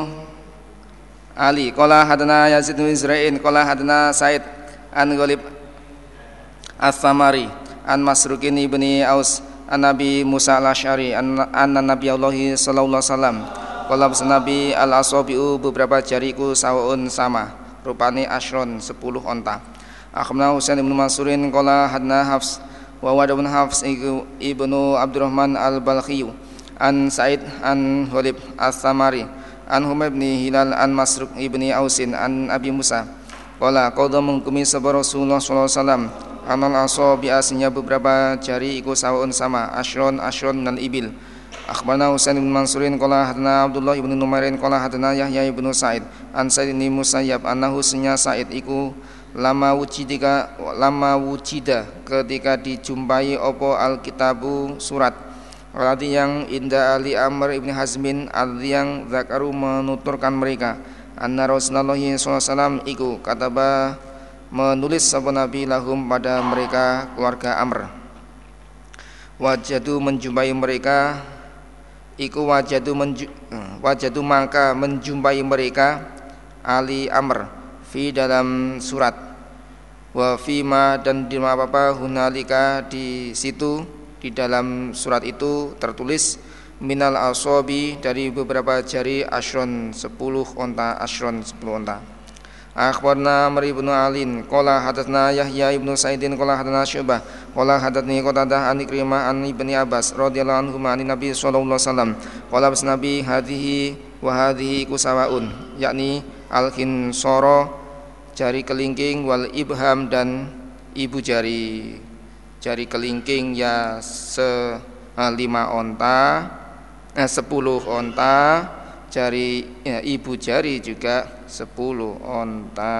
Ali qala hadana Yazid bin Izra'in qala hadana Sa'id an Ghalib As-Samari an Masruqin ibni Aus an Nabi Musa al-Asy'ari an anna Nabi Allah sallallahu alaihi wasallam qala Nabi al-asabi'u, beberapa jariku sawaun sama, rupane asyron sepuluh onta. Akhbarana Husain bin Mansurin qala hadna Hafs wa Wad bin Hafs ibnu Abdurrahman al-Balkhi an Sa'id an Ghalib As-Samari an Humayb bin Hilal an Masruq ibni Ausin an Abi Musa qala qadha mengkumi sabar Rasulullah sallallahu alaihi wasallam Anal asabi aslinya beberapa jari iku sawaun sama asyron asyron minal ibil. Akhbarana Husain bin Mansurin qala hadana Abdullah ibn Numairin qala hadana Yahya ibn Sa'id an Sa'id bin Musayyab annahu sunya Sa'id iku lama wujidika lama wujida ketika dijumpai opo alkitabu surat alladhi yang inda Ali Amr ibn Hazmin alladhi yang zakaru menuturkan mereka anna Rasulullah sallallahu alaihi wasallam iku kataba menulis sapa nabi lahum pada mereka keluarga Amr. Wajadu menjumpai mereka iku wajadu menju, wajadu maka menjumpai mereka Ali Amr fi dalam surat wa fima dan di apa hunalika di situ di dalam surat itu tertulis minal asobi dari beberapa jari asyron sepuluh onta asyron sepuluh onta. Akhbarna Amr ibn Alin qala hadatsna Yahya ibnu Sa'idin qala hadatsna Syu'bah qala hadatsni Qatadah an Ikrimah an Ibni Abbas radhiyallahu anhu an Nabi sallallahu alaihi wasallam qala Nabi hadhihi wa hadhihi kusawaun yakni al-khinsara jari kelingking wal ibham dan ibu jari jari kelingking ya se lima onta eh, sepuluh onta jari ya, ibu jari juga sepuluh onta.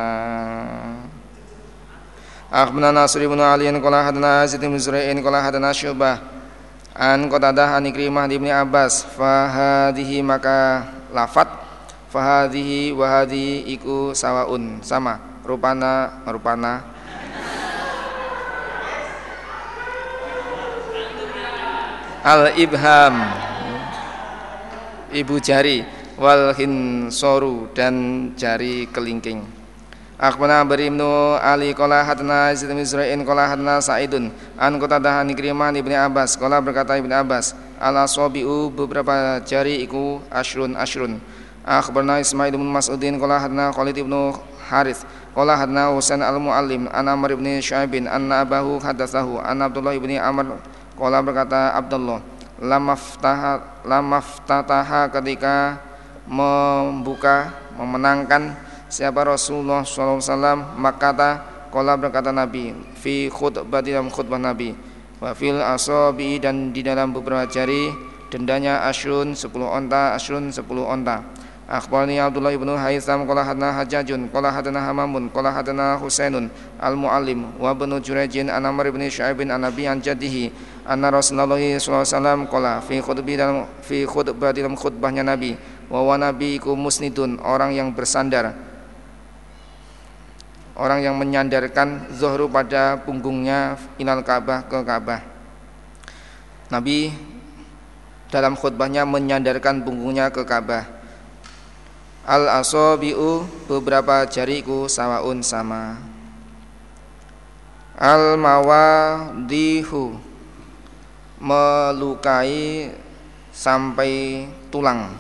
Akhbarana Nasr ibn Ali qala hadana Zaid bin Zura'in qala hadana Syu'bah an Qatadah an Ikrimah ibni Abbas fa hadhihi maka lafat fa hadhihi wa hadhihi iku sawaun sama rupana rupana al ibham ibu jari wal hinsoru dan jari kelingking. Akhbarana Bari ibnu Ali qala hadana Zaid bin Zura'in qala hadana Sa'idun an Qatadah an Ikrimah ibni Abbas qala berkata Ibnu Abbas ala sabiu beberapa jari iku asyrun asyrun. Akhbarana Ismail bin Mas'udin qala hadana Khalid ibnu Harits qala hadana Husain al-Muallim an Amr ibni Syu'aibin anna abahu hadatsahu an Abdullah ibni Amr qala berkata Abdullah lamaftaha lamaftataha ketika membuka memenangkan siapa Rasulullah sallallahu alaihi wasallam makata qala berkata Nabi fi khutbah dalam khutbah Nabi wa fil asabi dan di dalam beberapa jari dendanya asyrun sepuluh onta asyrun sepuluh onta. Akhbarani Abdullah ibnu Haitsam qala hadana Hajjajun qala hadana Hamamun qala hadana Husainun al-Muallim wa ibnu Jurayjin an Amr ibn Syu'aibin an Nabi an jaddihi anna Rasulullah sallallahu alaihi wasallam qala fi khutbah dalam fi khutbah dalam khutbahnya Nabi wa wa nabi iku musnidun orang yang bersandar orang yang menyandarkan zuhru pada punggungnya ilal Ka'bah ke Ka'bah. Nabi dalam khutbahnya menyandarkan punggungnya ke Ka'bah. Al asabi'u beberapa jariku sawaun sama. Al mawadihu melukai sampai tulang.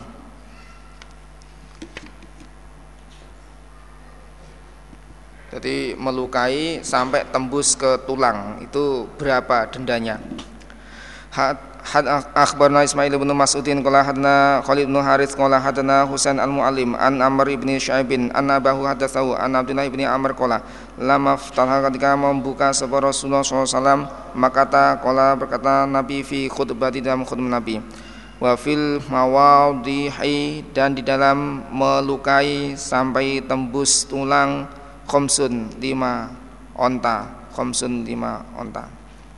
Jadi melukai sampai tembus ke tulang itu berapa dendanya? Had akhbarna Ismail bin Mas'udin qala hadna Khalid bin Harits qala hadna Husain al-Muallim an Amr ibn Syu'aibin an abahu hadatsahu an Abdullah ibn Amr qala lama ftataha ketika membuka sapa Rasulullah sallallahu alaihi wasallam makata qala berkata Nabi fi khutbah di dalam khutbah Nabi wa fil mawadhihi dan di dalam melukai sampai tembus tulang khamsun lima onta khamsun lima onta.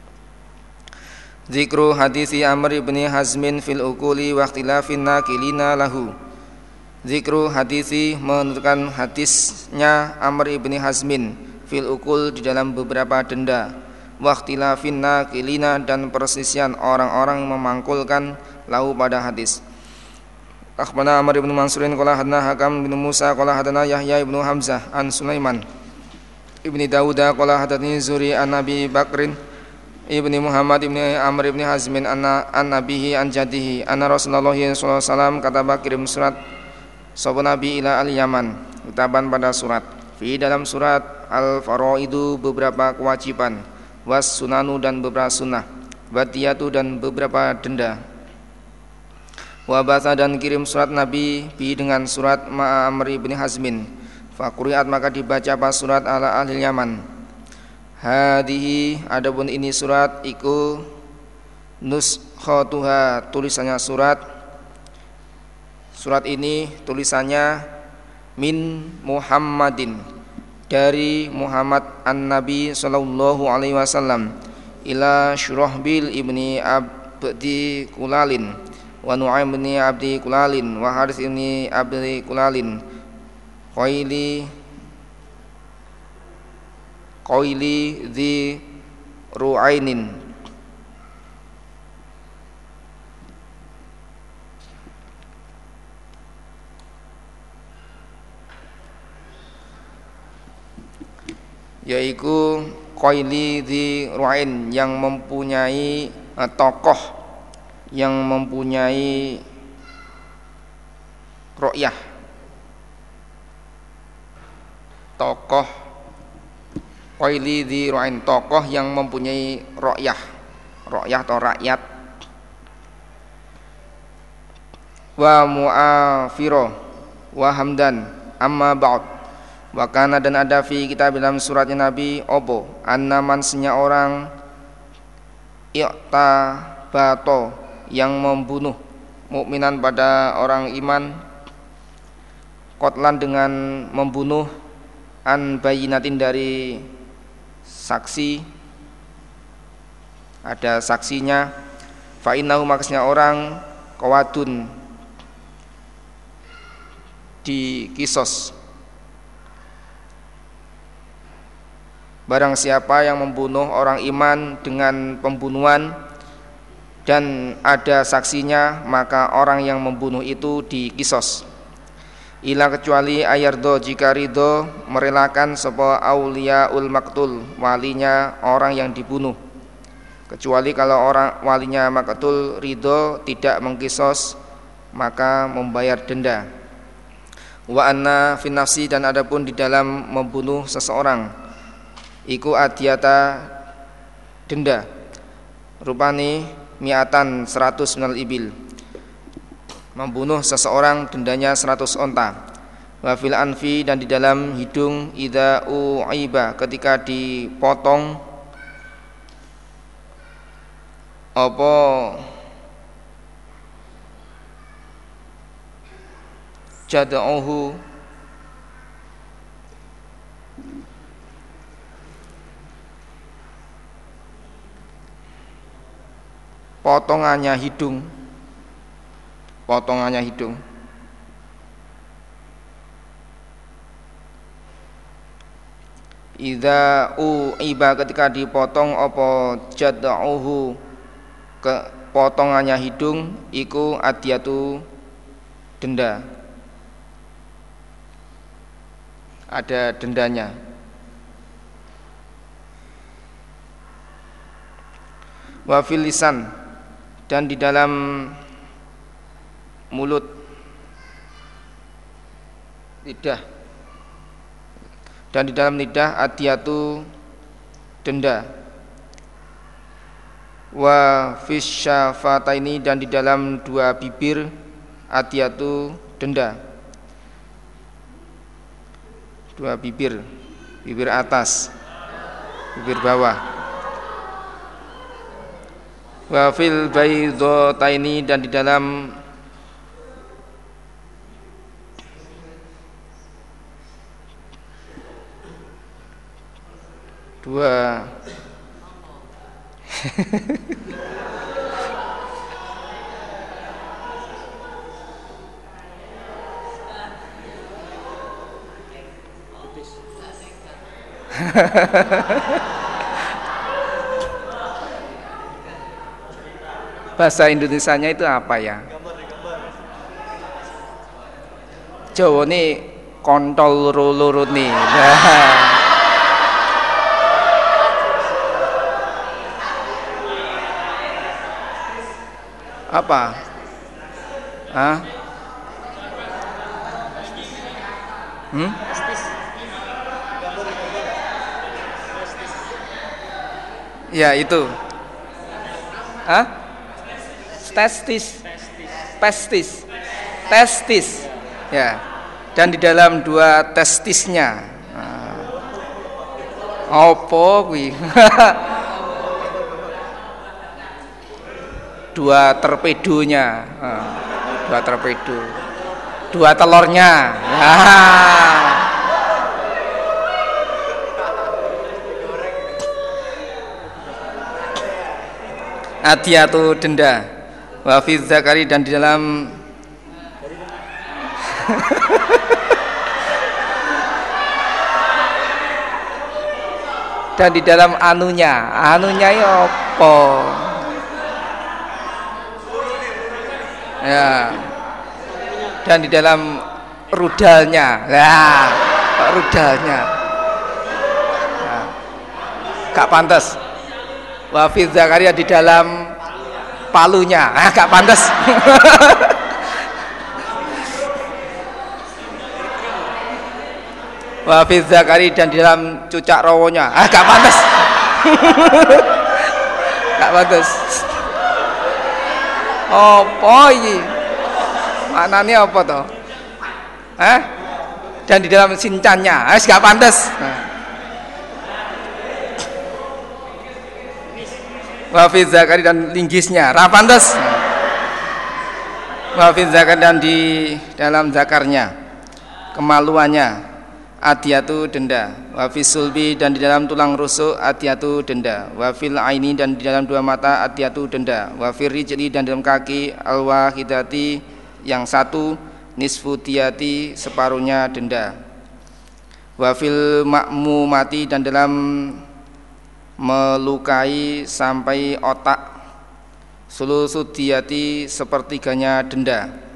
Zikru hadisi Amr ibn Hazmin fil ukuli wa ikhtilafin nakilina lahu. Zikru hadisi menunjukkan hadisnya Amr ibn Hazmin fil ukul di dalam beberapa denda wa ikhtilafin nakilina dan persisian orang-orang memangkulkan lahu pada hadis. Akhbarana Amr ibn Mansurin qala hadana Hakam bin Musa qala hadana Yahya ibn Hamzah an Sulaiman ibni Dawuda qala hadatsani Zuri an Nabi Bakrin ibni Muhammad ibni Amr ibni Hazmin anna an nabihi an jadihi anna Rasulullah sallallahu alaihi wasallam kataba kirim surat sapa Nabi ila al-Yaman utaban pada surat fi dalam surat al-faraidu beberapa kewajiban was sunanu dan beberapa sunnah wadiyatu dan beberapa denda. Wabasa dan kirim surat Nabi bi dengan surat Ma'amr ibn Hazmin. Fakuriat maka dibaca pas surat ala ahli Yaman. Hadhihi adapun ini surat iku nuskhatuha tulisannya surat. Surat ini tulisannya min Muhammadin dari Muhammad an-Nabi sallallahu alaihi wasallam ila Syurahbil ibni Abdi Kulalin wa Nu'aim ibni Abdi Kulalin wa Harits ibni Abdi Kulalin qaili qaili dzi ru'ainin yaitu qaili dzi ru'ain yang mempunyai eh, tokoh yang mempunyai ru'yah, tokoh qaili dzi ru'ain tokoh yang mempunyai ru'yah, ru'yah atau rakyat. Wa mu'afiro wa hamdan amma ba'd. Wa kana dan ada fi kitab dalam suratnya Nabi opo anna mansnya orang i'ta bato yang membunuh mukminan pada orang iman qatlan dengan membunuh an bayinatin dari saksi, ada saksinya, fa innahu maksudnya orang qawadun di kisos. Barang siapa yang membunuh orang iman dengan pembunuhan dan ada saksinya, maka orang yang membunuh itu dikisos. Ila kecuali ayardo jika ridho merelakan sapa auliyaul maktul walinya orang yang dibunuh. Kecuali kalau orang walinya maktul ridho tidak mengkisos, maka membayar denda. Wa anna fin nafsi dan adapun di dalam membunuh seseorang iku adiyata denda rupani miatan seratus minal ibil, membunuh seseorang dendanya seratus onta. Wa fil anfi dan di dalam hidung idza uiba ketika dipotong apa jad'uhu potongannya hidung, potongannya hidung. Idza uiba ketika dipotong apa jad'uhu ke potongannya hidung iku adiyatu denda, ada dendanya. Wa fil lisan dan di dalam mulut, lidah, dan di dalam lidah adiyatu denda. Wa fisyafataini dan di dalam dua bibir adiyatu denda, dua bibir, bibir atas, bibir bawah. Wa fil baydataini dan di dalam dua bahasa Indonesianya itu apa ya? Jawa nih kontol loro-loro nih. Nah. Apa? Hah? Hmm? Ya itu. Hah? Testis, testis, testis, ya. Dan di dalam dua testisnya, nah. Apa kuwi? Dua torpedonya. Dua torpedo. Dua telurnya. Nah. Adiyatu denda. Wa fi zakari dan di dalam dan di dalam anunya, anunya ya apa? Ya. Dan di dalam rudalnya. Lah, rudalnya. Nah, gak pantas. Wa fi zakaria di dalam palunya. Ah, gak pantas. Wa fi zakari dan di dalam cucak rawonya. Ah, gak pantas. Gak pantas. Apa iki? Maknanya apa toh? Hah? Dan di dalam sincannya. Ah, gak pantas. Nah. Wa fi zakari dan linggisnya. Ra pantas. Wa fi zakari dan di dalam zakarnya. Kemaluannya. Adiyatu denda. Wa fi sulbi dan di dalam tulang rusuk adiyatu denda. Wa fil aini dan di dalam dua mata adiyatu denda. Wa fir rijli dan dalam kaki al wahidati yang satu nisfu diyati separuhnya denda. Wa fil ma'mumati dan dalam melukai sampai otak sulusu diyati sepertiganya denda.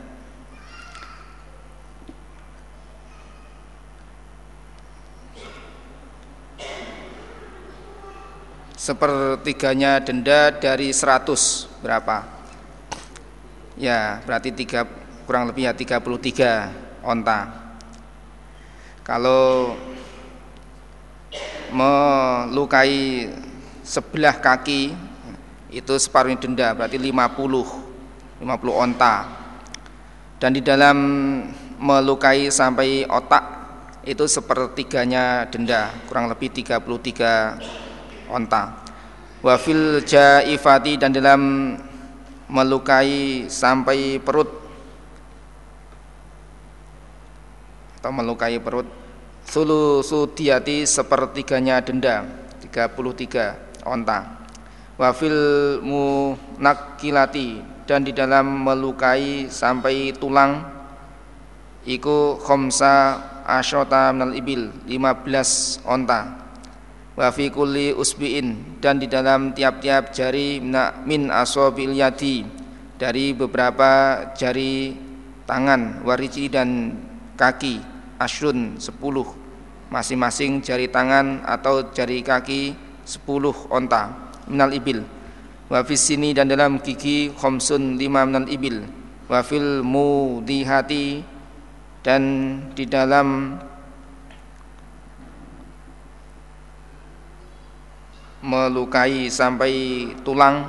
Sepertiganya denda dari seratus berapa? Ya, berarti tiga, kurang lebih ya tiga puluh tiga onta. Kalau melukai sebelah kaki itu separuhnya denda, berarti lima puluh onta. Dan di dalam melukai sampai otak itu sepertiganya denda, kurang lebih tiga puluh tiga onta. Wa fil jaifati dan dalam melukai sampai perut atau melukai perut sulusu diyati sepertiganya denda, tiga puluh tiga onta. Wa fil munakilati dan di dalam melukai sampai tulang iku khamsa asyota minal ibil, lima belas onta. Wa fi kulli usbi'in dan di dalam tiap-tiap jari min asabil yadi dari beberapa jari tangan, wariji dan kaki ashrun sepuluh, masing-masing jari tangan atau jari kaki sepuluh onta minal ibil. Wa fis sini dan dalam gigi khamsun lima minal ibil. Wa fil mudihati dan di dalam melukai sampai tulang,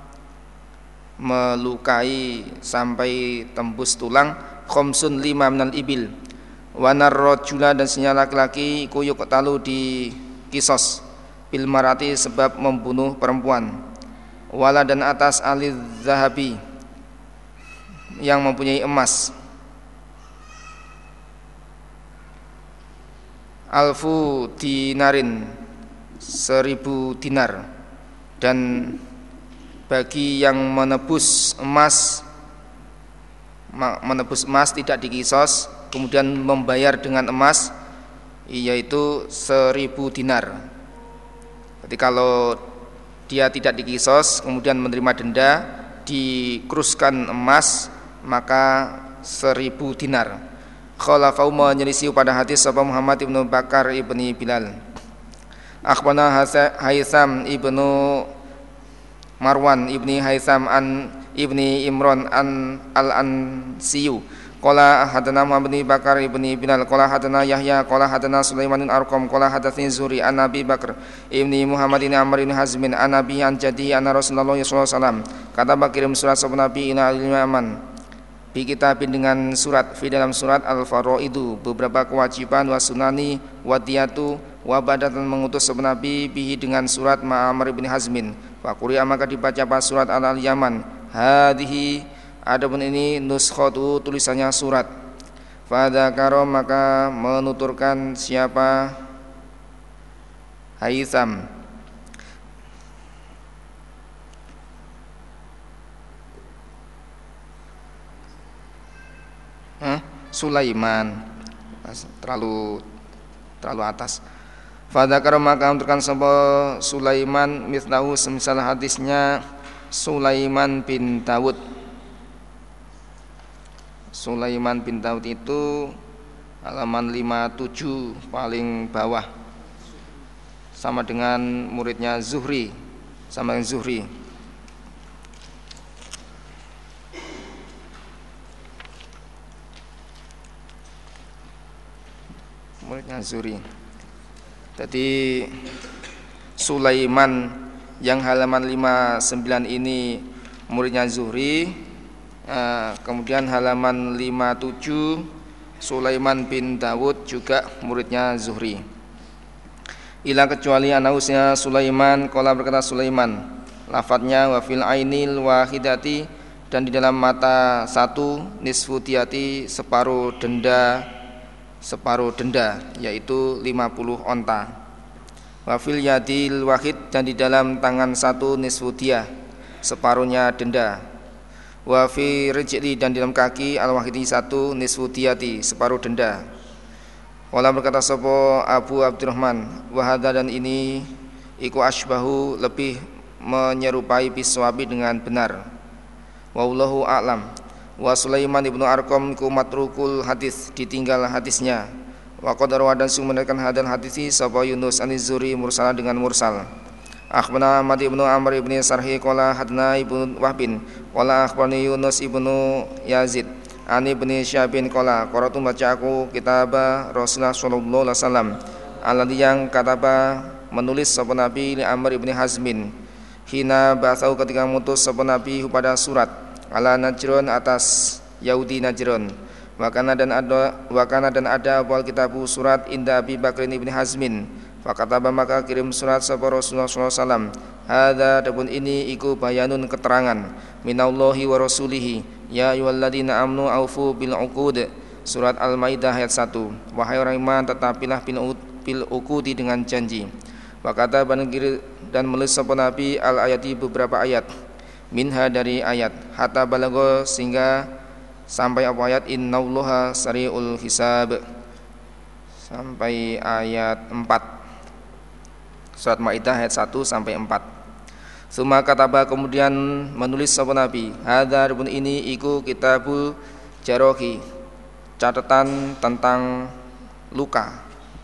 melukai sampai tembus tulang khamsun lima minal ibil. Wanar rajula dan sinyal laki-laki iku yuqtalu di kisos bil marati sebab membunuh perempuan. Wala dan atas aliz zahabi yang mempunyai emas alfu dinarin seribu dinar, dan bagi yang menebus emas menebus emas tidak dikisos kemudian membayar dengan emas yaitu seribu dinar. Jadi kalau dia tidak dikisos kemudian menerima denda dikruskan emas maka seribu dinar. Khalafau menyelisih pada hadis sahabat Muhammad ibnu Bakar ibni Bilal. Akhbarana Haitsam ibnu Marwan ibni Haitsam an ibni Imran an al-Ansiyu qala hadana Muhammad ibni Bakar ibni Bilal qala hadana Yahya qala hadana Sulaiman bin Arqam qala hadatsani Zuri an Abi Bakar ibni Muhammad ibn Amr ibn Hazmin an Nabi an jadi anna Rasulullah sallallahu alaihi wasallam kata kirim surat sahabat Nabi ila al-Yaman bi kitabin dengan surat fi dalam surat al-faraidu beberapa kewajiban wa sunani wadiyatu wa badatan mengutus sapa Nabi bihi dengan surat Ma'amr bin Hazmin fa quri'a maka dibaca pas surat Al-Yaman hadhihi adapun ini nuskhatu tulisannya surat fa dzakara maka menuturkan siapa Haitham Hah? Sulaiman terlalu terlalu atas. Fadzakara maka menuturkan sapa Sulaiman mithlahu semisal hadisnya Sulaiman bin Daud. Sulaiman bin Daud itu halaman lima puluh tujuh paling bawah. Sama dengan muridnya Zuhri, sama dengan Zuhri. Muridnya Zuhri. Jadi Sulaiman yang halaman lima puluh sembilan ini muridnya Zuhri. Kemudian halaman lima puluh tujuh Sulaiman bin Dawud juga muridnya Zuhri. Ila kecuali anausnya Sulaiman, qala berkata Sulaiman, lafadznya wa fil ainil wahidati dan di dalam mata satu nisfu diyati separuh denda separuh denda yaitu lima puluh onta. Wa fil yadil wahid dan di dalam tangan satu nisfu diyah separuhnya denda. Wa fi rijli dan di dalam kaki al wahidi satu nisfu diyati separuh denda. Wala berkata sapa Abu Abdurrahman wa hadza dan ini iku asbahu lebih menyerupai biswabi dengan benar. Wallahu a'lam. Wa Sulaiman ibnu Arqam iku matrukul hadis ditinggal hadisnya. Wa qad rawadan sumanakan hadal hadisi sapa Yunus an-Zuri mursala dengan mursal. Akhbarana Ahmad ibnu Amr ibnu Sarhi qala hadna ibnu Wahbin qala akhbarani Yunus ibnu Yazid ani ibnu Syabin qala qara'tu baca aku kitab Rasulullah sallallahu alaihi wasallam alladhi yang kataba menulis sapa Nabi li Amr ibnu Hazmin hina ba'atsau ketika mutus sapa Nabi pada surat ala Najron atas Yahudi Najron wakana dan ada wakana dan ada wal kitabu surat inda Abi Bakrin ibni Hazmin fakataba maka kirim surat sapa Rasulullah sallallahu alaihi wasallam hadza adapun ini iku bayanun keterangan minallahi wa rasulihi ya ayyuhalladzina amanu aufu bil uqud surat Al-Maidah ayat satu wahai orang iman tetapilah bil uqudi dengan janji wakata dan menulis sapa Nabi al ayati beberapa ayat minha dari ayat hatta balagha sehingga sampai apa ayat innallaha sari'ul hisab sampai ayat empat surat Maidah ayat satu sampai empat. Suma kataba kemudian menulis sapa Nabi hadza pun ini iku kitabul jarohi catatan tentang luka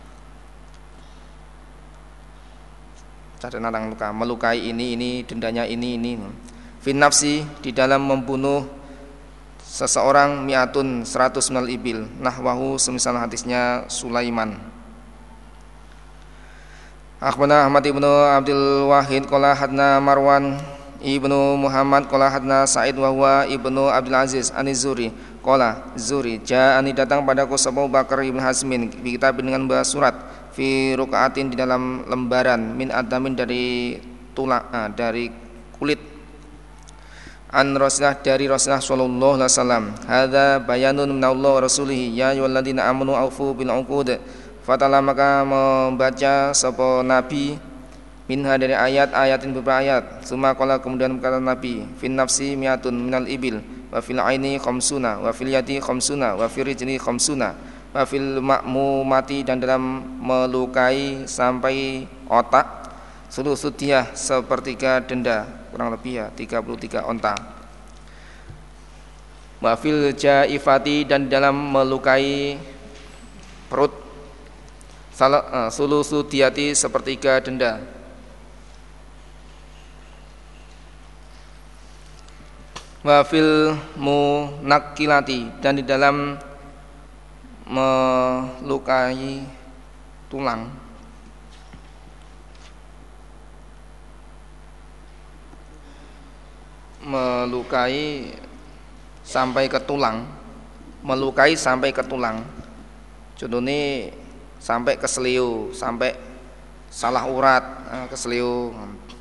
catatan tentang luka melukai ini ini dendanya ini ini fin nafsi di dalam membunuh seseorang mi'atun seratus minal ibil nahwahu semisal hadisnya Sulaiman. Akhbarana Ahmad ibnu Abdul Wahid qala hadna Marwan ibnu Muhammad qala hadna Sa'id wa huwa ibnu Abdul Aziz an-Zuri qala Zuri ja'ani datang padaku Abu Bakar ibn Hazmin bi kitab dengan bahasa surat fi rukaatin di dalam lembaran min adamin dari tulang ah, dari kulit an Rasulullah dari Rasulullah sallallahu alaihi wasallam hadza bayanun minallahi wa rasulihi ya ayyuhalladzina amanu aufu bil uqud fatala maka membaca sapa Nabi minha dari ayat-ayatin beberapa ayat summa qala kemudian berkata Nabi fin nafsi mi'atun minal ibil wa fil aini khamsuna wa fil yadi khamsuna wa fil rijli khamsuna wa fil ma'mumati dan dalam melukai sampai otak sulusudiyah sepertiga denda kurang lebih ya tiga puluh tiga onta wa fil jaifati dan dalam melukai perut uh, sulusudiyati sepertiga denda wa fil munakilati dan di dalam melukai tulang melukai sampai ke tulang melukai sampai ke tulang contohnya sampai ke seliu sampai salah urat, kesleo.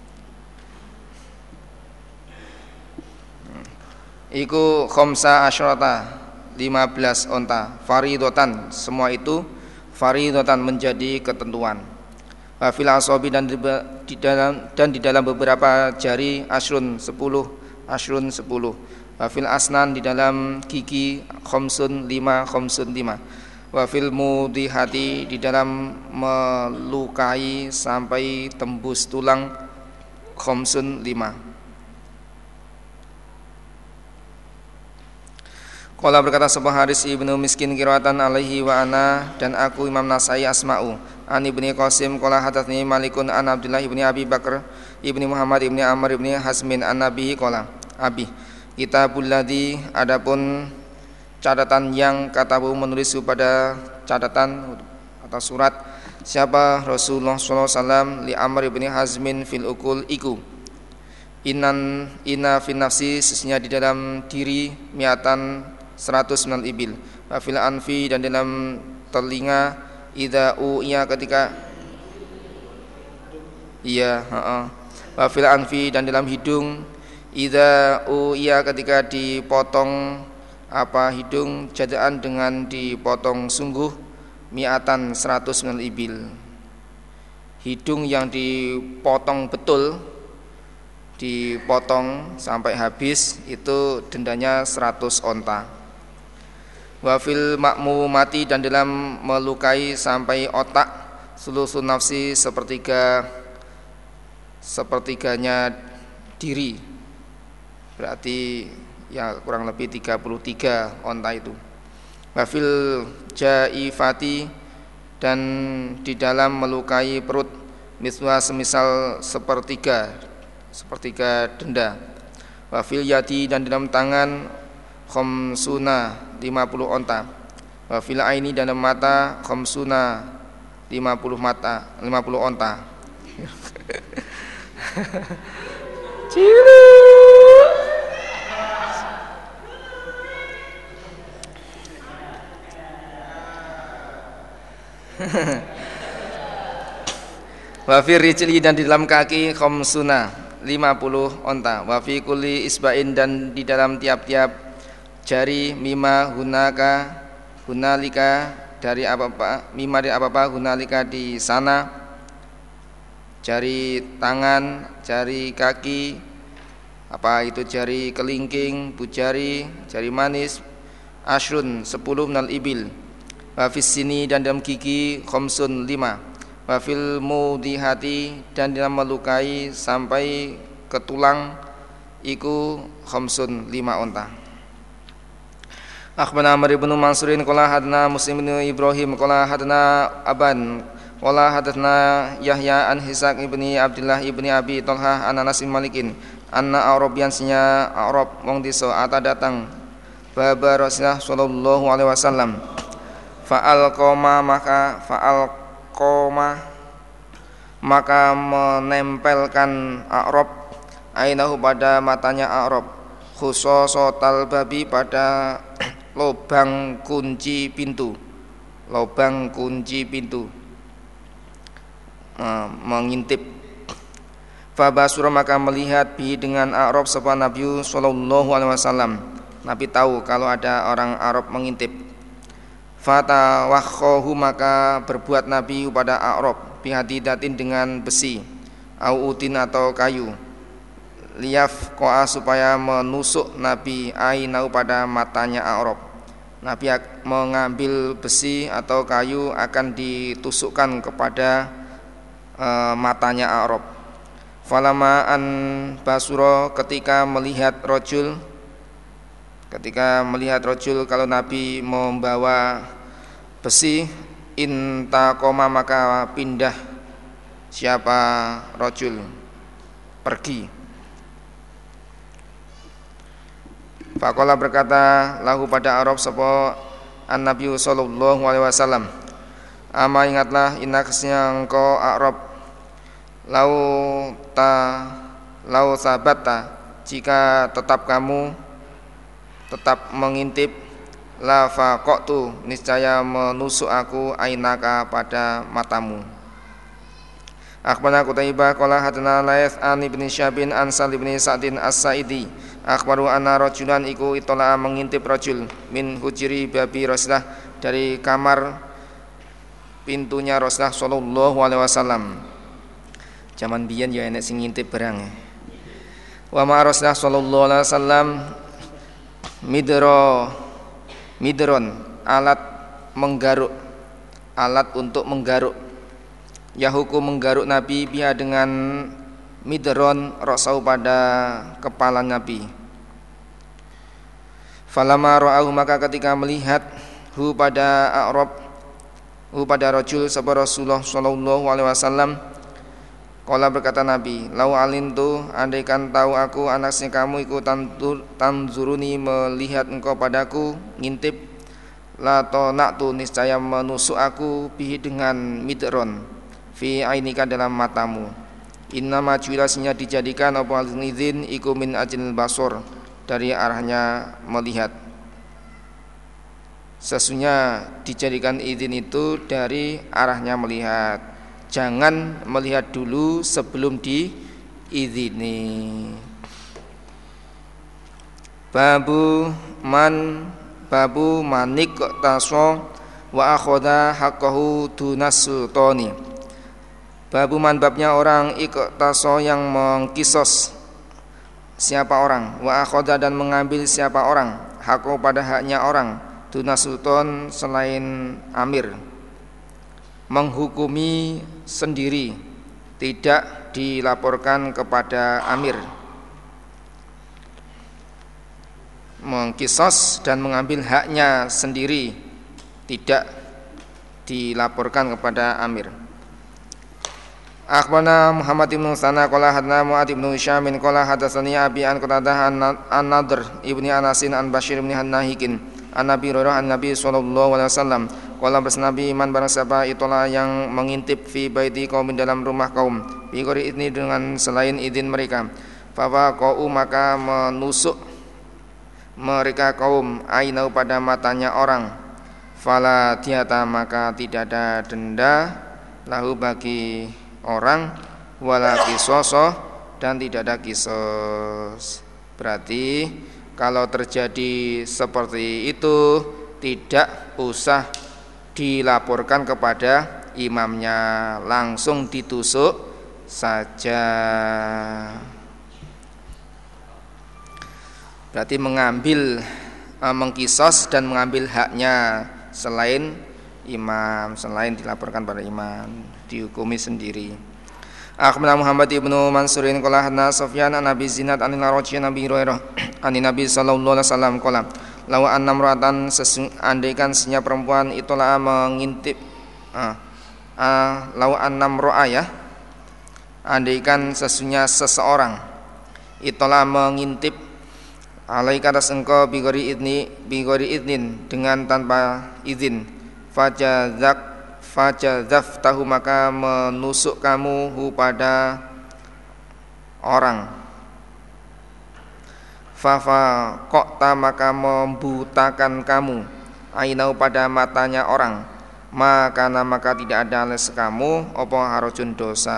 Iku khamsa asyrata, lima belas onta, faridotan, semua itu faridotan menjadi ketentuan. Wa fil asabi dan di, di dalam dan di dalam beberapa jari asrun sepuluh, asrun sepuluh. Wa fil asnan di dalam gigi khamsun lima, khamsun lima. Wa fil mudihati di dalam melukai sampai tembus tulang khamsun lima. Qala berkata sebuah Haris ibnu Miskin qiraatan alaihi wa ana dan aku Imam Nasai asma'u an ibni Qasim qala hadatsani Malikun an Abdullah ibni Abi Bakar ibni Muhammad ibni Amr ibni Hasmin an Nabi qala abi kitabul ladzi adapun catatan yang katabu menulis pada catatan atau surat siapa Rasulullah sallallahu alaihi wasallam li Amr ibni Hazmin fil ukul iku inan ina fi nafsi sesungguhnya di dalam diri miatan seratus minal ibil wa fil anfi dan dalam telinga idza uya ketika iya heeh wa fil anfi dan dalam hidung idza uya ketika dipotong apa hidung jadaan dengan dipotong sungguh miatan seratus minal ibil hidung yang dipotong betul dipotong sampai habis itu dendanya seratus onta. Wa fil ma'mumati dan dalam melukai sampai otak sulusun nafsi sepertiga sepertiganya diri berarti ya kurang lebih tiga puluh tiga onta itu. Wa fil jaifati dan di dalam melukai perut miswa semisal sepertiga sepertiga denda. Wa fil yadi dan dalam tangan khamsuna lima puluh onta. Wa fil aini dan dalam mata khamsuna lima puluh mata lima puluh onta. Cilu. Wa fi rijli dan di dalam kaki khamsuna lima puluh onta. Wa fi kulli isbain dan di dalam tiap-tiap jari mima hunaka hunalika dari apa-apa mima dari apa-apa hunalika di sana jari tangan, jari kaki apa itu jari kelingking, bujari, jari manis ashrun sepuluh minal ibil wa fis sini dan dalam gigi khamsun lima wa fil mudihati dan dalam melukai sampai ke tulang iku khamsun lima onta. Akhbarana Amr ibn Mansurin qala hadna Muslim bin Ibrahim qala hadna Aban qala hadna Yahya an Hisaq ibni Abdullah ibni Abi Talha an Anas bin Malikin anna Arabian sinya Arab wong desa ata datang baba Rasulullah sallallahu alaihi wasallam fa'al qoma maka fa'al qoma maka menempelkan Arab ainahu pada matanya Arab khususatal babi pada lobang kunci pintu lobang kunci pintu mengintip fabasura maka melihat bi dengan Arab sapa Nabi sallallahu alaihi wasallam Nabi tahu kalau ada orang Arab mengintip fatawakhahu maka berbuat Nabi pada Arab bihadidatin dengan besi au utin atau kayu liyaf koa supaya menusuk Nabi ainau pada matanya Arab. Nabi mengambil besi atau kayu akan ditusukkan kepada e, matanya Arab. Falamaan basuro ketika melihat rojul ketika melihat rojul kalau Nabi membawa besi intaqoma maka pindah siapa rojul pergi. Faqala berkata lahu pada Arab sapa an-Nabi sallallahu alaihi wasallam ama ingatlah inna kesnya engkau Arab lau ta lau sabata jika tetap kamu tetap mengintip la faqatu niscaya menusuk aku ainaka pada matamu Akhbarana Qutaibah qala hadana Laits an Ibnu Syabin an Sa'd bin Sa'din As-Sa'idi akhbaru anna rajulan iku itala mengintip rajul min hujri babi Rasulullah dari kamar pintunya Rasulullah sallallahu alaihi wasallam. Zaman biyen ya enek sing ngintip barang. Wa ma Rasulullah sallallahu alaihi wasallam midro midron alat menggaruk, alat untuk menggaruk. Ya hukum menggaruk Nabi biha dengan midron rosau pada kepala Nabi. Falama ra'ahu maka ketika melihat hu pada A'rab hu pada rajul sapa Rasulullah sallallahu alaihi wasallam qala berkata Nabi lau alintu andaikan tahu aku anaknya kamu iku tantur tanzuruni melihat engkau padaku ngintip la tonaktu niscaya menusuk aku bihi dengan midron fi ainika dalam matamu. Innama juilasinya dijadikan apa al-izin iku min ajlil basor dari arahnya melihat. Sesungguhnya dijadikan izin itu dari arahnya melihat. Jangan melihat dulu sebelum diizini. Babu man babu manik taso wa akhoda haqqahu dunas sultani. Babu man babnya orang iqtaso yang mengkisos siapa orang wa akhoda dan mengambil siapa orang hakku pada haknya orang duna sultan selain amir, menghukumi sendiri tidak dilaporkan kepada amir, mengkisos dan mengambil haknya sendiri tidak dilaporkan kepada amir. Akhbarana Muhammad ibn Sana qala hadna Mu'ad ibn Hisham qala hadatsani Abi an Qatadah an-Nadr ibni Anasin an Bashir ibn Hannahikin an Nabi Hurairah an Nabi sallallahu alaihi wasallam qala bersnabi iman barang siapa itulah yang mengintip fi baiti kaum dalam rumah kaum bi ghairi idni dengan selain izin mereka fa waqa'u maka menusuk mereka kaum ainau pada matanya orang fala diata maka tidak ada denda lahu bagi orang wala kisoso dan tidak ada kisos. Berarti kalau terjadi seperti itu tidak usah dilaporkan kepada imamnya, langsung ditusuk saja. Berarti mengambil eh, mengkisos dan mengambil haknya selain imam, selain dilaporkan pada imam, dihukumi sendiri. Akhbarana Muhammad ibnu Mansurin qala hadna Sufyan an Abi Zinad an Al-Rajhi Nabi Hurairah an Nabi sallallahu alaihi wasallam qala law anna imra'atan andaikan sesungguhnya perempuan itulah mengintip ah, ah law anna imra'ah andaikan sesungguhnya seseorang itulah mengintip alaika atas engkau bigori idni bigori idnin dengan tanpa izin fajazak fajazaf tahu maka menusuk kamu hu pada orang fafa kokta maka membutakan kamu ainau pada matanya orang maka maka tidak ada les kamu opo harujun dosa.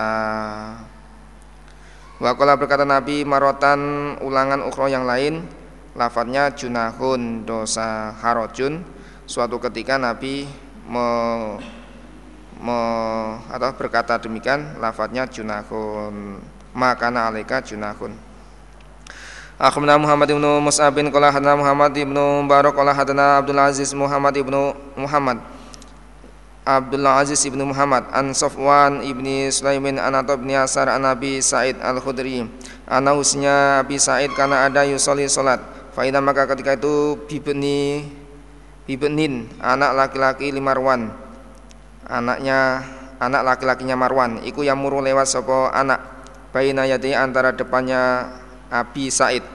Waqala berkata Nabi marotan ulangan ukhra yang lain lafadznya junahun dosa harujun. Suatu ketika Nabi me, me, atau berkata demikian lafadznya junahun makana alaika junahun. Akhbarana Muhammad ibnu Mus'ab bin qala hadana Muhammad ibnu Barak qala hadana Abdul Aziz Muhammad ibnu Muhammad Abdul Aziz ibnu Muhammad an Safwan ibni Sulaiman an Atha bin Yasar an Abi Sa'id al-Khudri ana usnya Abi Sa'id karena ada yusolli salat fa idza maka ketika itu bibni bibnin anak laki-laki Marwan anaknya anak laki-lakinya Marwan iku yang muru lewat sapa anak baina yati antara depannya Abi Sa'id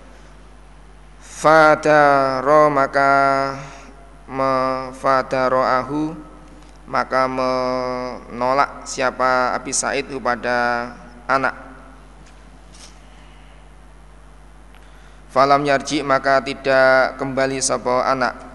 fadaro maka mefadaroahu maka menolak siapa Abi Sa'id kepada anak falam yarji maka tidak kembali sapa anak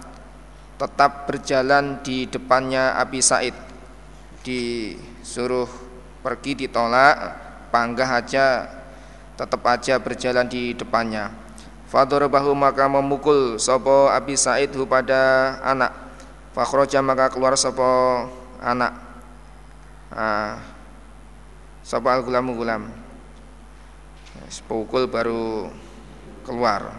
tetap berjalan di depannya Abi Sa'id disuruh pergi ditolak, panggah aja, tetap aja berjalan di depannya. Fadarabahu maka memukul sapa Abi Sa'id hu pada anak. Fakhraja maka keluar sapa anak. Ah, sapa al-gulamu gulam. Pukul baru keluar.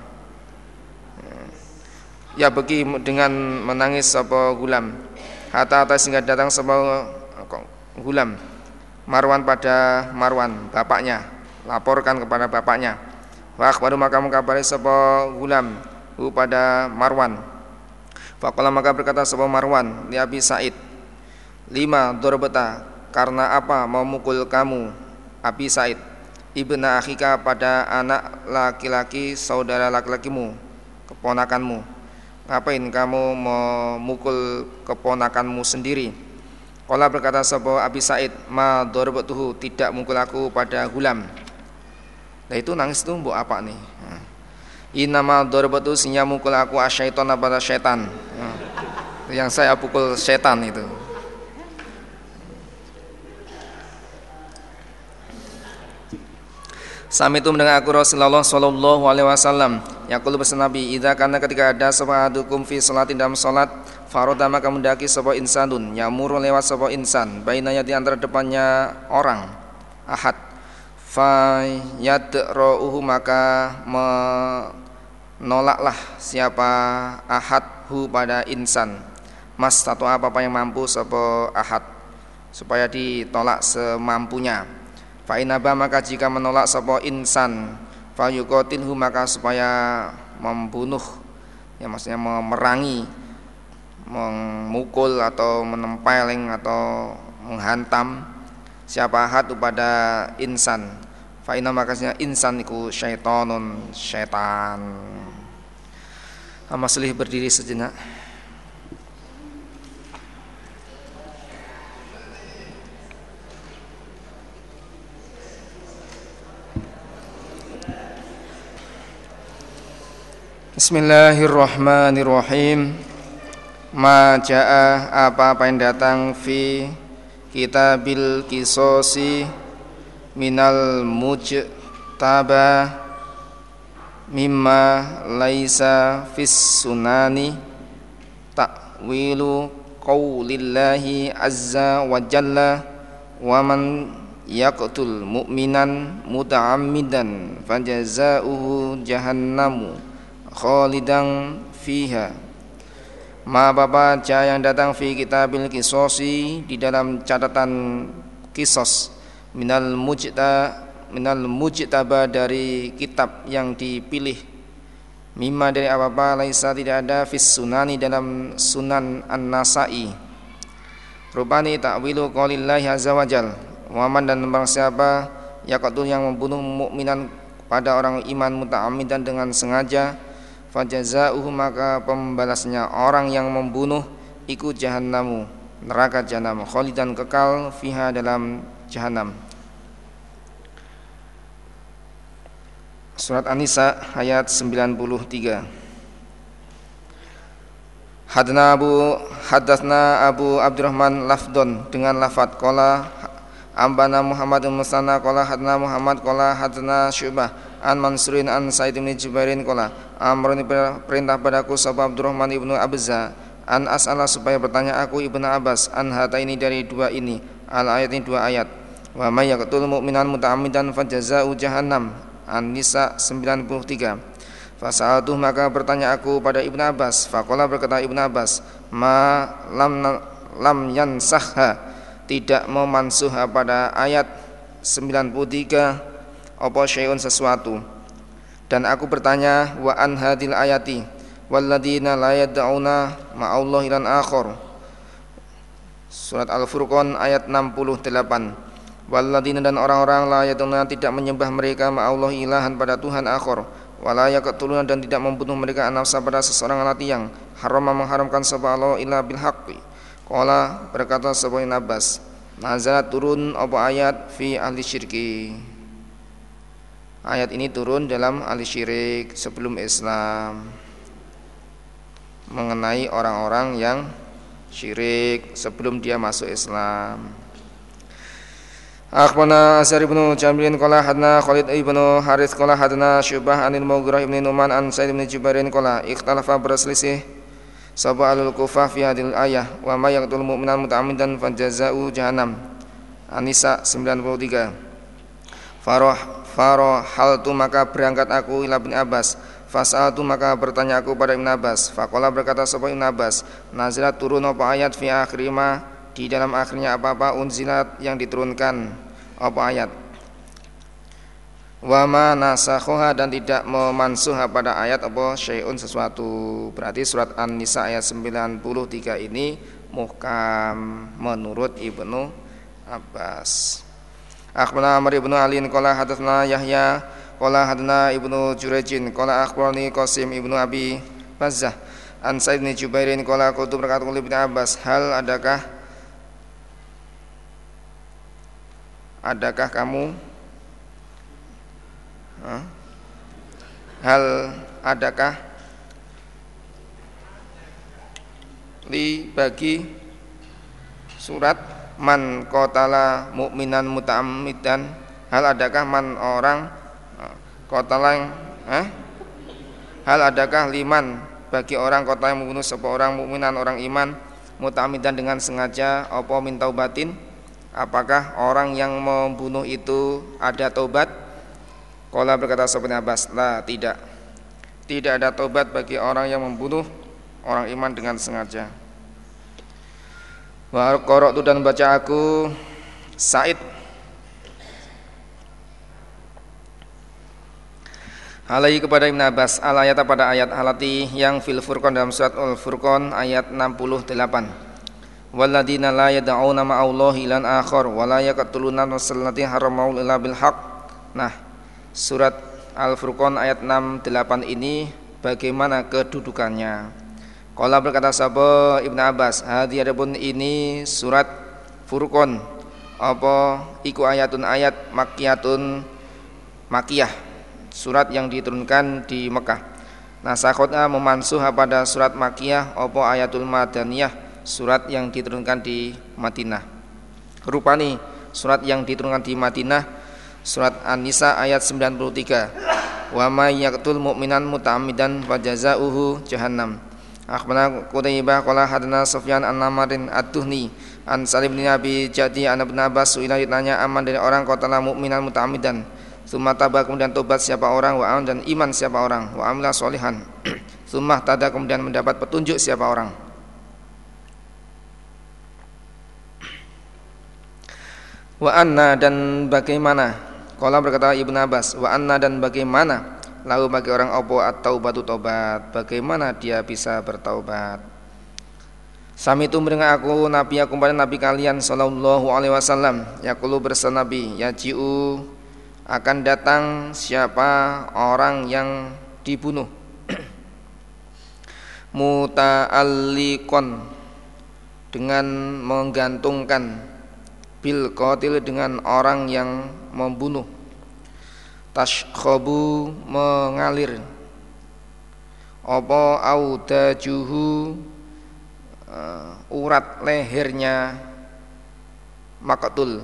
Ya bagi dengan menangis sapa gulam. Hatta atas sehingga datang sapa gulam Marwan pada Marwan bapaknya, laporkan kepada bapaknya. Wa akhbaru maka mengkabari sapa gulam hu pada Marwan. Faqala maka berkata sapa Marwan li Abi Sa'id, lima darbata, karena apa memukul kamu Abi Sa'id ibna akhika pada anak laki-laki saudara laki-lakimu, keponakanmu. Ngapain kamu memukul keponakanmu sendiri? Qala berkata sapa Abi Sa'id, ma darbatuhu, tidak mukul aku pada gulam. Nah itu nangis tuh mbok apa nih? Innama darbatu, sinya mukul aku asyaiton pada setan. Yang saya pukul setan itu. Sami itu mendengar aku Rasulullah sallallahu alaihi wasallam yaqulu bersabda Nabi, idza kana ketika ada sapa adukum fi salatin dalam salat, faroda maka mendaki sapa insanun, yamuru lewat sapa insan, bainanya di antara depannya orang ahad, fa yadra'uhu maka menolaklah siapa ahad hu pada insan, mas atau apa apa yang mampu sapa ahad, supaya ditolak semampunya. Fa inaba maka jika menolak sapa insan, fa yuqatilhu maka supaya membunuh, ya maksudnya memerangi, memukul atau menempeleng atau menghantam siapa ahad kepada insan. Fa inna makasnya insan iku syaitonun, syaitan. Amaslih berdiri sejenak. Bismillahirrahmanirrahim. Ma jaa apa-apa yang datang fi kitabil qisosi minal mujtaba mimma laisa fis sunani ta'wilu qaulillahi azza wa jalla wa man yaqtul mu'minan muta'ammidan fajazaohu jahannamu khalidan fiha. Ma bapa ja yang datang fi kitabil qisosi di dalam catatan kisos, minal mujta minal mujtaba dari kitab yang dipilih, mimma dari apa-apa laisa tidak ada fis sunani dalam sunan an-Nasa'i, rupani ta'wilu qaulillahi azza wajal, waman dan barang siapa yaqtul yang membunuh mukminan pada orang iman muta'ammidan dengan sengaja, fajazaohu maka pembalasnya orang yang membunuh iku jahannamu, neraka jahanam, khalidan kekal fiha dalam jahanam. Surat An-Nisa ayat sembilan puluh tiga. Hadna Abu Hadatsna Abu Abdurrahman lafdon dengan lafadz qala ambana Muhammad bin Musanna qala hadna Muhammad qala hadna Syu'bah an Mansurin an Sa'id bin Jubairin qala amrun perintah padaku sapa Abdurrahman ibnu Abza an as'ala supaya bertanya aku Ibnu Abbas an hata ini dari dua ini, al ayat ini dua ayat, wa may yaqtul mu'minan muta'ammidan fajazaa'u jahannam, An-Nisa sembilan puluh tiga. Fasa'atuh maka bertanya aku pada Ibnu Abbas, faqala berkata Ibnu Abbas, ma lam lam yansahha, tidak memansuh pada ayat sembilan puluh tiga apa syai'un sesuatu. Dan aku bertanya wa an hadil ayati walladzina la yad'una ma'allahi ilan akhar, Surat Al-Furqan ayat enam puluh delapan. Walladzina dan orang-orang la yad'una tidak menyembah mereka ma'allahi ilahan pada Tuhan akhar, wala yaqtuluna dan tidak membunuh mereka an-nafsa pada seseorang mati yang haram mengharamkan sapa Allah illa bil haqqi. Qala berkata sapa Ibnu Abbas, nazalat turun apa ayat fi ahli syirki. Ayat ini turun dalam ahli syirik sebelum Islam, mengenai orang-orang yang syirik sebelum dia masuk Islam. Akhbarana Azhar ibnu Jamilin qala hadna Khalid ibnu Harits qala hadna Syu'bah anil Mughirah ibnu Numan an Sa'id ibnu Jubairin qala ikhtalafa berselisih sapa alul Kufah fi hadil ayah wa may yaqtul mu'minan muta'ammidan fajazaa'u jahannam. An-Nisa sembilan puluh tiga. Farah farah hal tu maka berangkat aku ila bin Abbas. Fasal tu maka bertanya aku pada Ibn Abbas. Faqala berkata sapa Ibn Abbas, nazilat turun apa ayat fi akhir ma di dalam akhirnya apa-apa unzilat yang diturunkan apa ayat. Wa ma nasakhoha dan tidak memansuh pada ayat apa syai'un sesuatu. Berarti surat An-Nisa ayat sembilan puluh tiga ini muhkam menurut Ibnu Abbas. Akhbarana Amr ibnu Ali qala hadatsana Yahya qala hadatsana Ibnu Jurayjin qala akhbarani Qasim ibnu Abi Bazzah an Sa'id bin Jubairin qala qultu berkata Ibnu Abbas, hal adakah adakah kamu huh? hal adakah li bagi surat man qatala mu'minan muta'ammidan, hal adakah man orang qatala eh? hal adakah liman bagi orang qatala yang membunuh seorang mukminan orang iman muta'ammidan dengan sengaja apa min taubatin, apakah orang yang membunuh itu ada taubat? Qala berkata sahabat Abbas, la tidak. Tidak ada taubat bagi orang yang membunuh orang iman dengan sengaja. Wa qara'tu dan baca aku Sa'id alaihi kepada Ibn Abbas al ayat pada ayat halati yang fil Furqan dalam surat Al-Furqan ayat enam puluh delapan. Walladzina la yad'una ma'allahi ilan akhar wa la yaqtuluna nafsal lati haramau illa bil haqq. Nah, surat Al-Furqan ayat enam puluh delapan ini bagaimana kedudukannya? Qala berkata sahabat Ibnu Abbas, hadi adapun ini surat Furqan apa iku ayatun ayat makkiyatun makkiyah, surat yang diturunkan di Mekah. Nasakhotna memansuh pada surat makkiyah apa ayatul madaniyah, surat yang diturunkan di Madinah. Rupani surat yang diturunkan di Madinah surat An-Nisa ayat sembilan puluh tiga. Wa may yaqtul mu'minan muta'ammidan fajazaohu jahannam. Akhbarana Qutaibah qala hadana Sufyan an-Namarin ad-Duhni an Salim bin Abi Jadi an Ibnu Abbas suila ditanya aman dari orang qatala mu'minan muta'ammidan. Tsumma taba kemudian tobat siapa orang, wa aman dan iman siapa orang, wa amila sholihan. Tsumma tada kemudian mendapat petunjuk siapa orang. Wa anna dan bagaimana? Qala berkata Ibnu Abbas, wa anna dan bagaimana? Lalu bagi orang opo at-taubatu tobat, bagaimana dia bisa bertaubat? Sami itu mendengar aku Nabi aku pada Nabi kalian sallallahu alaihi wasallam yaqulu bersama Nabi, yaji'u akan datang siapa orang yang dibunuh muta'alliqon dengan menggantungkan bil qatil dengan orang yang membunuh, tashkhabu mengalir apa audajuhu uh, urat lehernya maqtul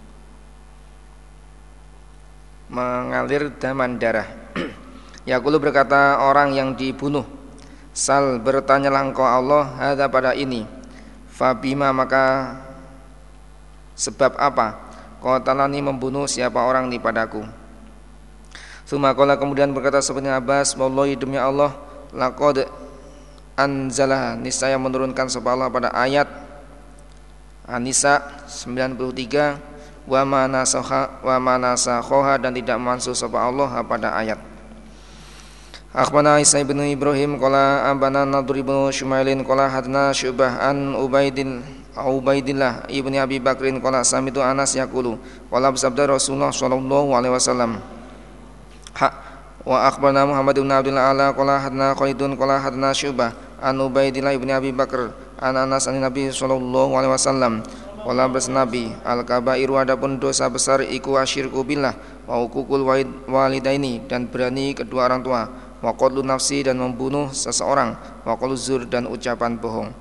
mengalir daman darah. Yaqulu berkata orang yang dibunuh, sal bertanyalah engkau Allah hadza pada ini, fabima maka sebab apa qatalani membunuh siapa orang ini padaku. Sumakola kemudian berkata sebenarnya Abbas, wallahi demi Allah, laqad anzalah niscaya menurunkan sapa Allah pada ayat An-Nisa sembilan puluh tiga, wa manasakha wa manasakha dan tidak mansuh sapa Allah pada ayat. Akhbarana Isa bin Ibrahim qala abana Nadr bin Shumailin qala hadna Syu'bah an Ubaidin Ubaidillah ibni Abi Bakrin qala samitu Anas yaqulu qala sabda Rasulullah sallallahu alaihi wasallam. Ha wa akhbarana Muhammad bin Abdullah ala qala hadna Khalidun qala hadna Syu'bah an Ubaidillah ibni Abi Bakr an Anas an Nabi sallallahu alaihi wasallam qala bersnabi al kabairu adapun dosa besar iku asyirku billah wa uququl walidaini dan berani kedua orang tua, wa qatlu nafsi dan membunuh seseorang, wa qalu zur dan ucapan bohong.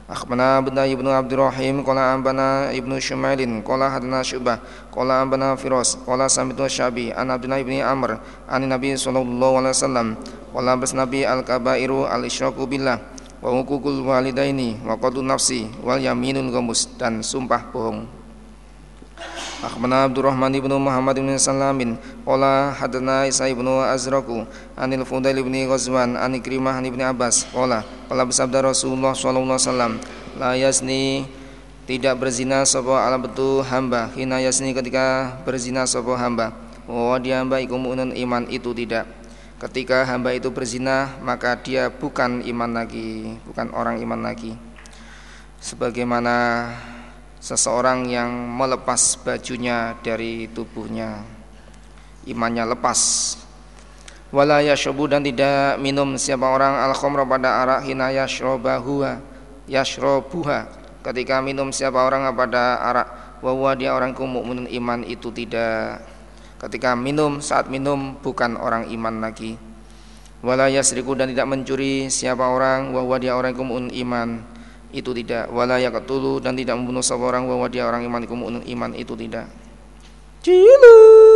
Akhbarana Abdullah ibnu Abdurrahim qala ambana ibnu Shumailin qala hadana Syu'bah qala ambana Firas qala sami'tu Syabi an Abdullah ibni Amr an Nabi sallallahu alaihi wasallam qala bas Nabi al-kabairu al-isyraku billah wa huququl walidaini wa qadun nafsi wal yaminul ghamus, dan sumpah bohong. Akhbarana Abdurrahman ibnu Muhammad ibn Salamin qala hadana Isa ibnu Azraku anil Fudail ibni Ghazwan an Ikrimah ibni Abbas qala qala bersabda Rasulullah sallallahu alaihi wasallam, la yazni, tidak berzina sapa al-abdu hamba, hina yazni, ketika berzina sapa hamba, wa dia hamba iku mu'minun, iman itu tidak. Ketika hamba itu berzina maka dia bukan iman lagi, bukan orang iman lagi. Sebagaimana seseorang yang melepas bajunya dari tubuhnya, imannya lepas. Wala yashrabu, dan tidak minum siapa orang al-khamra pada arak, hina yashrabahuha yashrabuha, ketika minum siapa orang pada arak, wa huwa dia orang mukminun, iman itu tidak. Ketika minum, saat minum bukan orang iman lagi. Wala yasriku, dan tidak mencuri siapa orang, wa huwa dia orang mukminun, iman itu tidak. Wala yaqtulu, dan tidak membunuh seorang, wa huwa dia orang iman iku mukmin, iman itu tidak. Cilu.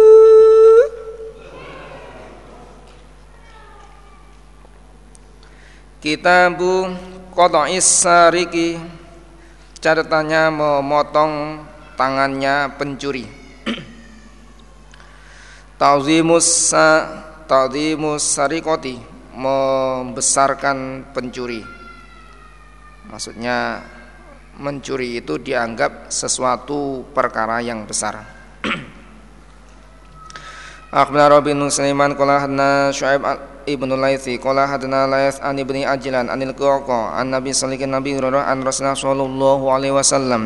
Kitabu qata'is sariki, catatannya memotong tangannya pencuri. Ta'zimus ta'zimus sarikoti, membesarkan pencuri. Maksudnya mencuri itu dianggap sesuatu perkara yang besar. Akhbarana Rabi' bin Sulaiman qala hadna Syu'aib ibnu Laitsi qala hadna Laits an ibni Ajlan anil Qaqa an Nabi sallallahu alaihi wasallam an Rasulullah sallallahu alaihi wasallam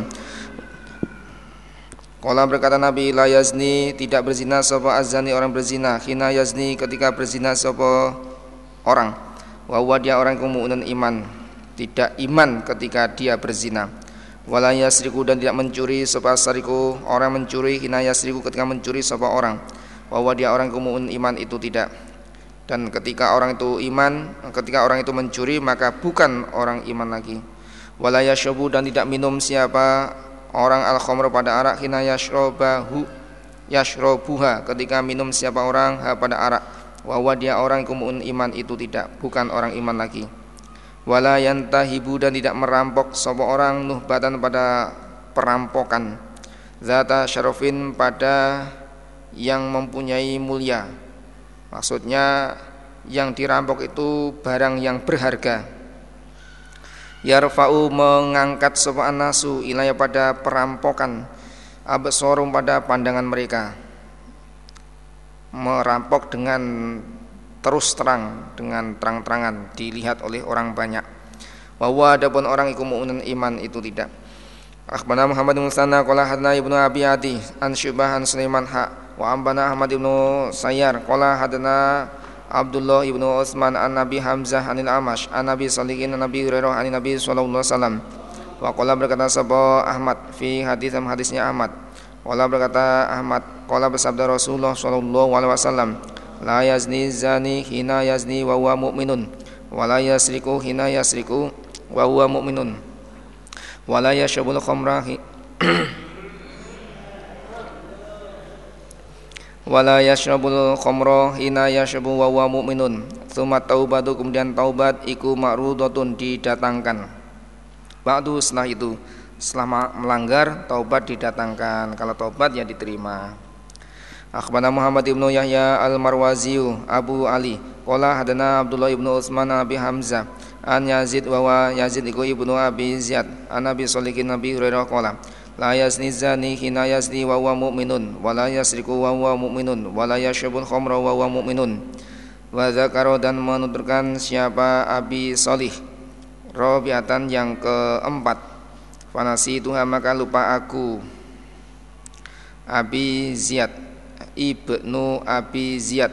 qala, berkata Nabi, la yazni, tidak berzina sapa azani, orang berzina, hina yazni, ketika berzina sapa orang, wa huwa dia orang mukmin, iman, tidak iman ketika dia berzina. Wala yasriku, dan tidak mencuri sapa sariku, orang mencuri, hina yasriku, ketika mencuri sapa orang, wa huwa dia orang mukmin, iman itu tidak. Dan ketika orang itu iman, ketika orang itu mencuri maka bukan orang iman lagi. Wala yashrabu, dan tidak minum siapa orang al-khamr pada arak, hina yashrabahu yashrabuha, ketika minum siapa orang ha pada arak, wa huwa dia orang mukmin, iman itu tidak, bukan orang iman lagi. Wala yantahibu, dan tidak merampok sapa orang nuhbatan pada perampokan, zata syarafin, pada yang mempunyai mulia. Maksudnya yang dirampok itu barang yang berharga. Yarfa'u, mengangkat sapa nasu ilaya pada perampokan, absarum, pada pandangan mereka. Merampok dengan terus terang, dengan terang-terangan, dilihat oleh orang banyak. Wa huwa, adapun orang iku mukmin, iman itu tidak. Akhbarana Muhammad bin Musanna qala hadna ibnu Abi Adi an Syu'bah an Sulaiman ha wa ambana Ahmad ibnu Sayyar qala hadna Abdullah ibnu Utsman an Nabi Hamzah anil Amash an Nabi Salihin an Nabi Hurairah an Nabi sallallahu alaihi wasallam. Wa qala, berkata sapa Ahmad fi hadis hadisnya Ahmad, qala berkata Ahmad, qala bersabda Rasulullah sallallahu alaihi wasallam, la yazni zani hina yazni wa huwa mu'minun, wa la yasriku hina yasriku wa huwa mu'minun, wa la yashrabul khamra wala yashrabul khamra hina yashrabu wa huwa mu'minun. Tsumma taubatu, kemudian taubat iku ma'rudatun, didatangkan. Ba'du, setelah itu, setelah melanggar taubat didatangkan, kalau taubat ya diterima. Akhbarana Muhammad ibnu Yahya al-Marwaziyu Abu Ali qala hadana Abdullah ibnu Utsman Abi Hamzah an Yazid wa wa Yazid iku ibnu Abi Ziyad an Nabi sallallahu Nabi Hurairah qala, la yazni zani hina yazni wa huwa mu'minun, wa la yasriku wa huwa mu'minun, wa la yashrabul khamra wa huwa mu'minun. Wa dzakara, dan menuturkan siapa Abi Shalih Rabi'atan yang keempat, fanasi Tuhan maka lupa aku, Abi Ziyad ibnu Abi Ziyad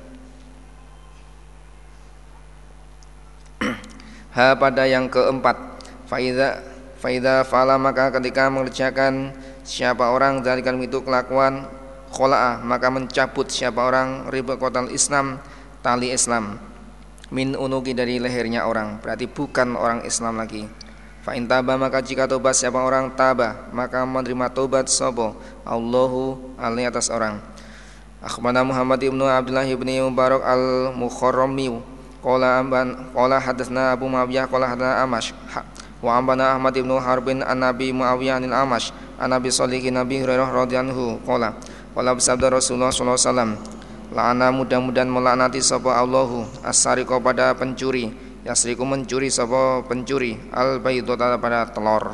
ha pada yang keempat, faida faida fala, maka ketika mengerjakan siapa orang dalikan itu kelakuan, khola'a, maka mencabut siapa orang ribaqatal Islam, tali Islam, min unuki, dari lehernya orang, berarti bukan orang Islam lagi. Fa in taba maka jika tobat siapa orang taba maka menerima tobat sapa Allahu alaihi atas orang. Akhbarana Muhammad ibnu Abdullah ibnu Mubarak al-Mukharrami qala amban qala hadatsna Abu Muawiyah qala hadatsna Amash wa ambana Ahmad ibnu Harbin an Nabi Muawiyah anil Amash an Nabi Shalihin Nabi Hurairah radhiyallahu anhu qala qala bersabda Rasulullah sallallahu alaihi wasallam la'ana mudah-mudahan melaknati sapa Allahu as-sariqa pada pencuri yasriku mencuri sapa pencuri al-baydata pada telur.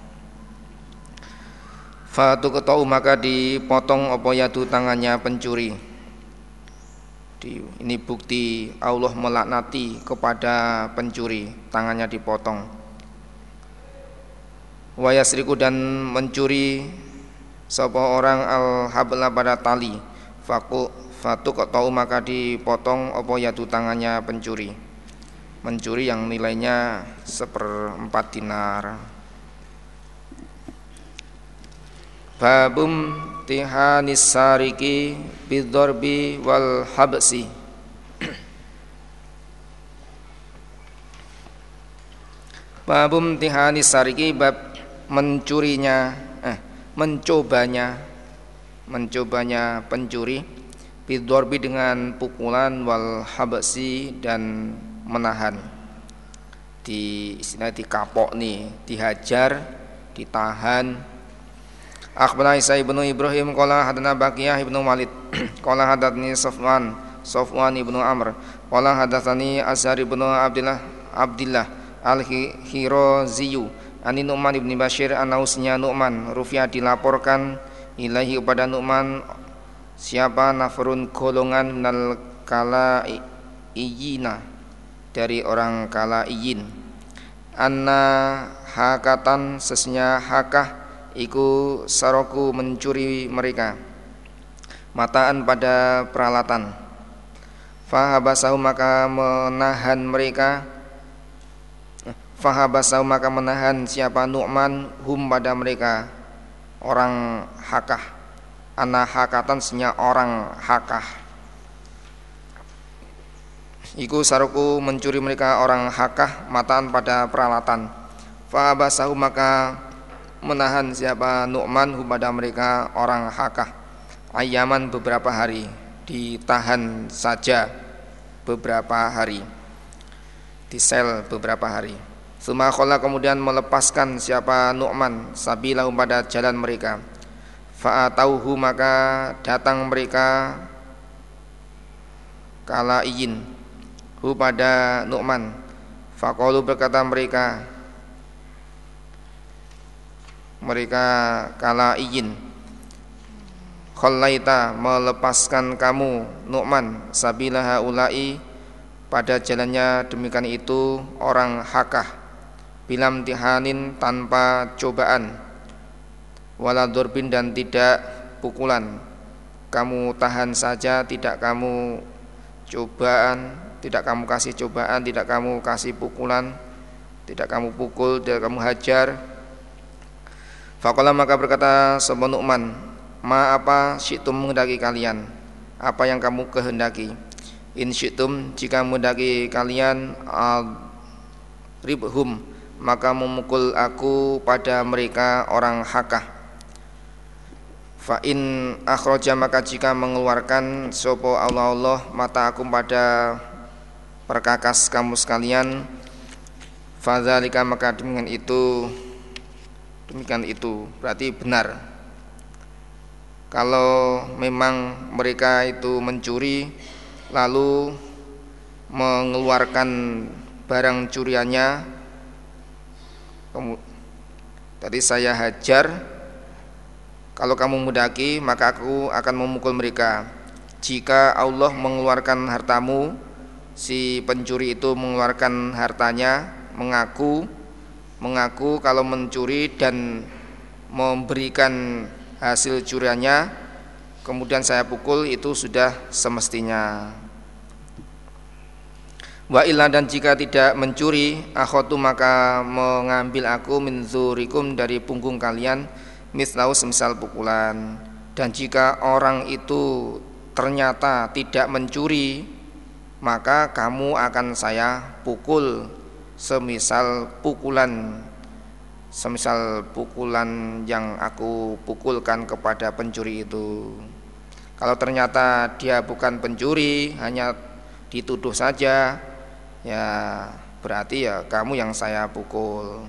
Fatu ketau maka dipotong apa yadu tangannya pencuri. Di, ini bukti Allah melaknati kepada pencuri, tangannya dipotong. Wa yasriku dan mencuri sapa orang al-habla pada tali. Faku fatu ketau maka dipotong apa yadu tangannya pencuri. Mencuri yang nilainya seperempat dinar. Babum tihanis sariki bidzarbi wal habsi. Babum tihanis sariki bab mencurinya eh mencobanya mencobanya pencuri bidzarbi dengan pukulan wal habsi dan menahan, di istilah dikapok nih, dihajar, ditahan. Akhbarana Isa ibnu Ibrahim qala hadatsana Baqiyah ibnu Walid qala hadatsani Safwan Safwan ibnu Amr qala hadatsani Azhar ibnu Abdillah Abdillah al-Khiraziyu ani Nu'man ibnu Bashir anausnya Nu'man rufi'a dilaporkan ilahi kepada Nu'man siapa nafrun golongan minal kala iyina dari orang kala iyin anna hakatan sesnya hakah iku saroku mencuri mereka mataan pada peralatan. Fahabasahu maka menahan mereka Fahabasahu maka menahan siapa Nu'man hum pada mereka orang hakah anna hakatan sesnya orang hakah iku saruku mencuri mereka orang hakah mataan pada peralatan. Fahabasahu maka menahan siapa Nu'man pada mereka orang hakah ayaman beberapa hari, ditahan saja beberapa hari, disel beberapa hari. Sumakhola kemudian melepaskan siapa Nu'man sabilahu pada jalan mereka. Fa'atauhu maka datang mereka kala iyin hu pada Nu'man. Faqalu berkata mereka mereka kala iyin khallaita melepaskan kamu Nu'man sabila haula'i pada jalannya demikian itu orang hakah bilam tihanin tanpa cobaan wala durbin dan tidak pukulan, kamu tahan saja, tidak kamu cobaan, tidak kamu kasih cobaan, tidak kamu kasih pukulan, tidak kamu pukul, tidak kamu hajar. Faqala maka berkata sapa Nu'man, ma apa syi'tum menghendaki kalian, apa yang kamu kehendaki. In syi'tum jika menghendaki kalian ribhum maka memukul aku pada mereka orang hakah. Fa in akhraja maka jika mengeluarkan sopo Allah Allah mata aku pada perkakas kamu sekalian, fadzalika maka demikian itu demikian itu berarti benar. Kalau memang mereka itu mencuri lalu mengeluarkan barang curiannya, tadi saya hajar, kalau kamu mudaki maka aku akan memukul mereka. Jika Allah mengeluarkan hartamu, si pencuri itu mengeluarkan hartanya, mengaku mengaku kalau mencuri dan memberikan hasil curiannya, kemudian saya pukul, itu sudah semestinya. Wa illa dan jika tidak mencuri, akhotu maka mengambil aku min zurikum dari punggung kalian, mislau semisal pukulan. Dan jika orang itu ternyata tidak mencuri, maka kamu akan saya pukul semisal pukulan semisal pukulan yang aku pukulkan kepada pencuri itu. Kalau ternyata dia bukan pencuri, hanya dituduh saja, ya berarti ya kamu yang saya pukul.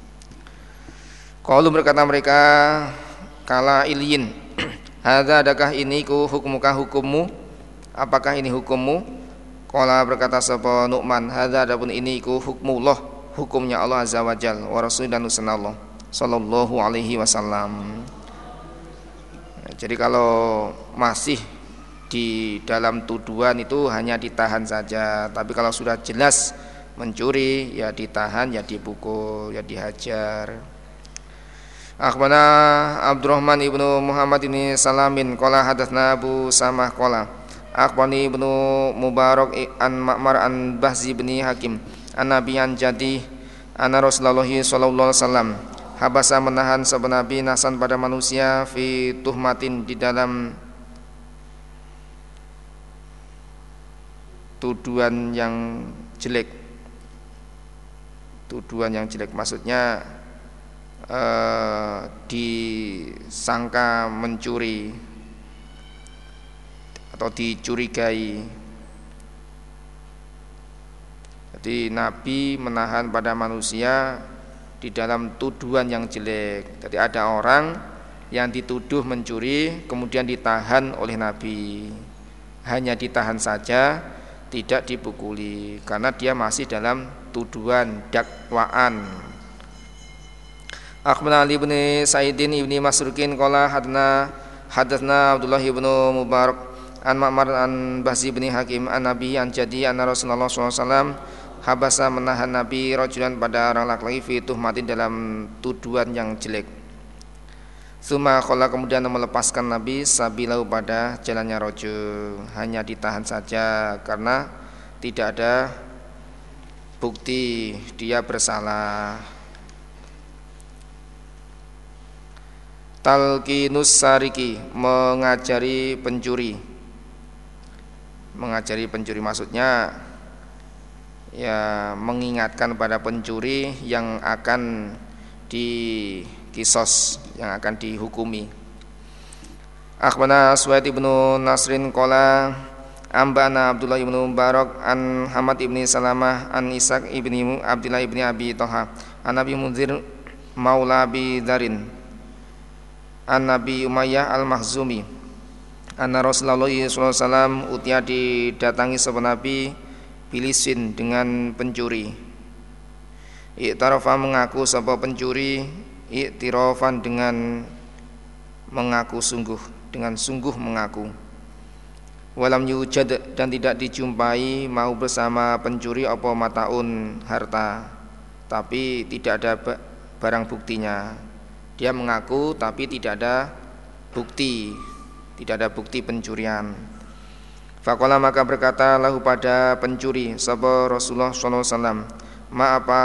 Qalu berkata mereka, kala ilyin, hadza adakah ini ku hukmuka hukummu? Apakah ini hukummu? Qala berkata sapa Nu'man, hadza adapun ini ku hukmullah, hukumnya Allah azza wa jalla wa rasul dan usanallah sallallahu alaihi wasallam. Jadi kalau masih di dalam tuduhan itu hanya ditahan saja, tapi kalau sudah jelas mencuri ya ditahan, ya dipukul, ya dihajar. Akhbarana Abdurrahman ibnu Muhammad ini Salamin qala hadatsna Abu Samah qala akhbarani ibnu Mubarak an Ma'mar an Bahzi bin Hakim an Nabiyan jadi anna Rasulullah sallallahu alaihi wasallam habasa menahan sahabat Nabi nasan pada manusia fi tuhmatin di dalam tuduhan yang jelek. Tuduhan yang jelek maksudnya eh, disangka mencuri atau dicurigai. Jadi Nabi menahan pada manusia di dalam tuduhan yang jelek. Jadi ada orang yang dituduh mencuri kemudian ditahan oleh Nabi. Hanya ditahan saja, tidak dipukuli karena dia masih dalam tuduhan dakwaan. Akhbarana Ali bin Sa'idin ibni Masrukin qala hadna hadatsna Abdullah ibn Mubarak an Ma'mar an Bahzi bin Hakim an Nabi an jadi anna Rasulullah sallallahu alaihi wasallam habasa menahan Nabi rajulan pada orang laki-laki fi tuhmatin dalam tuduhan yang jelek. Suma qala kemudian melepaskan Nabi sabilahu pada jalannya rajul, hanya ditahan saja karena tidak ada bukti dia bersalah. Talqinus sariki mengajari pencuri. Mengajari pencuri maksudnya ya mengingatkan pada pencuri yang akan dikisos, yang akan dihukumi. Akhbarana Suwaid ibnu Nasrin qala ambana Abdullah ibnu Mubarak an Hamad ibni Salamah an Ishaq ibni Abdullah ibni Abi Thaha an Nabi Munzir maula Abi Darin an Nabi Umayyah al-Makhzumi anna Rasulullah sallallahu alaihi wasallam utia didatangi sahabat Nabi bilisin dengan pencuri. Iktarafa mengaku sapa pencuri, iktirafan dengan mengaku sungguh, dengan sungguh mengaku. Walam yujad dan tidak dijumpai mau bersama pencuri apa mataun harta, tapi tidak ada barang buktinya. Dia mengaku tapi tidak ada bukti, tidak ada bukti pencurian. Faqala maka berkata lahu pada pencuri sapa Rasulullah sallallahu alaihi wasallam, ma apa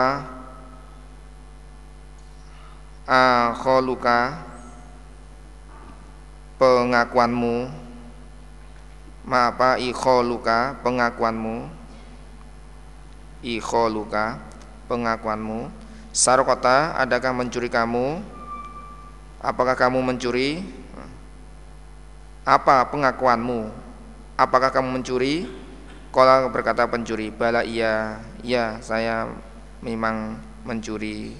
akholuka pengakuanmu, ma apa ikholuka pengakuanmu, ikholuka pengakuanmu, sarqata adakah mencuri kamu, apakah kamu mencuri, apa pengakuanmu, apakah kamu mencuri? Qala berkata pencuri, bala iya, iya saya memang mencuri.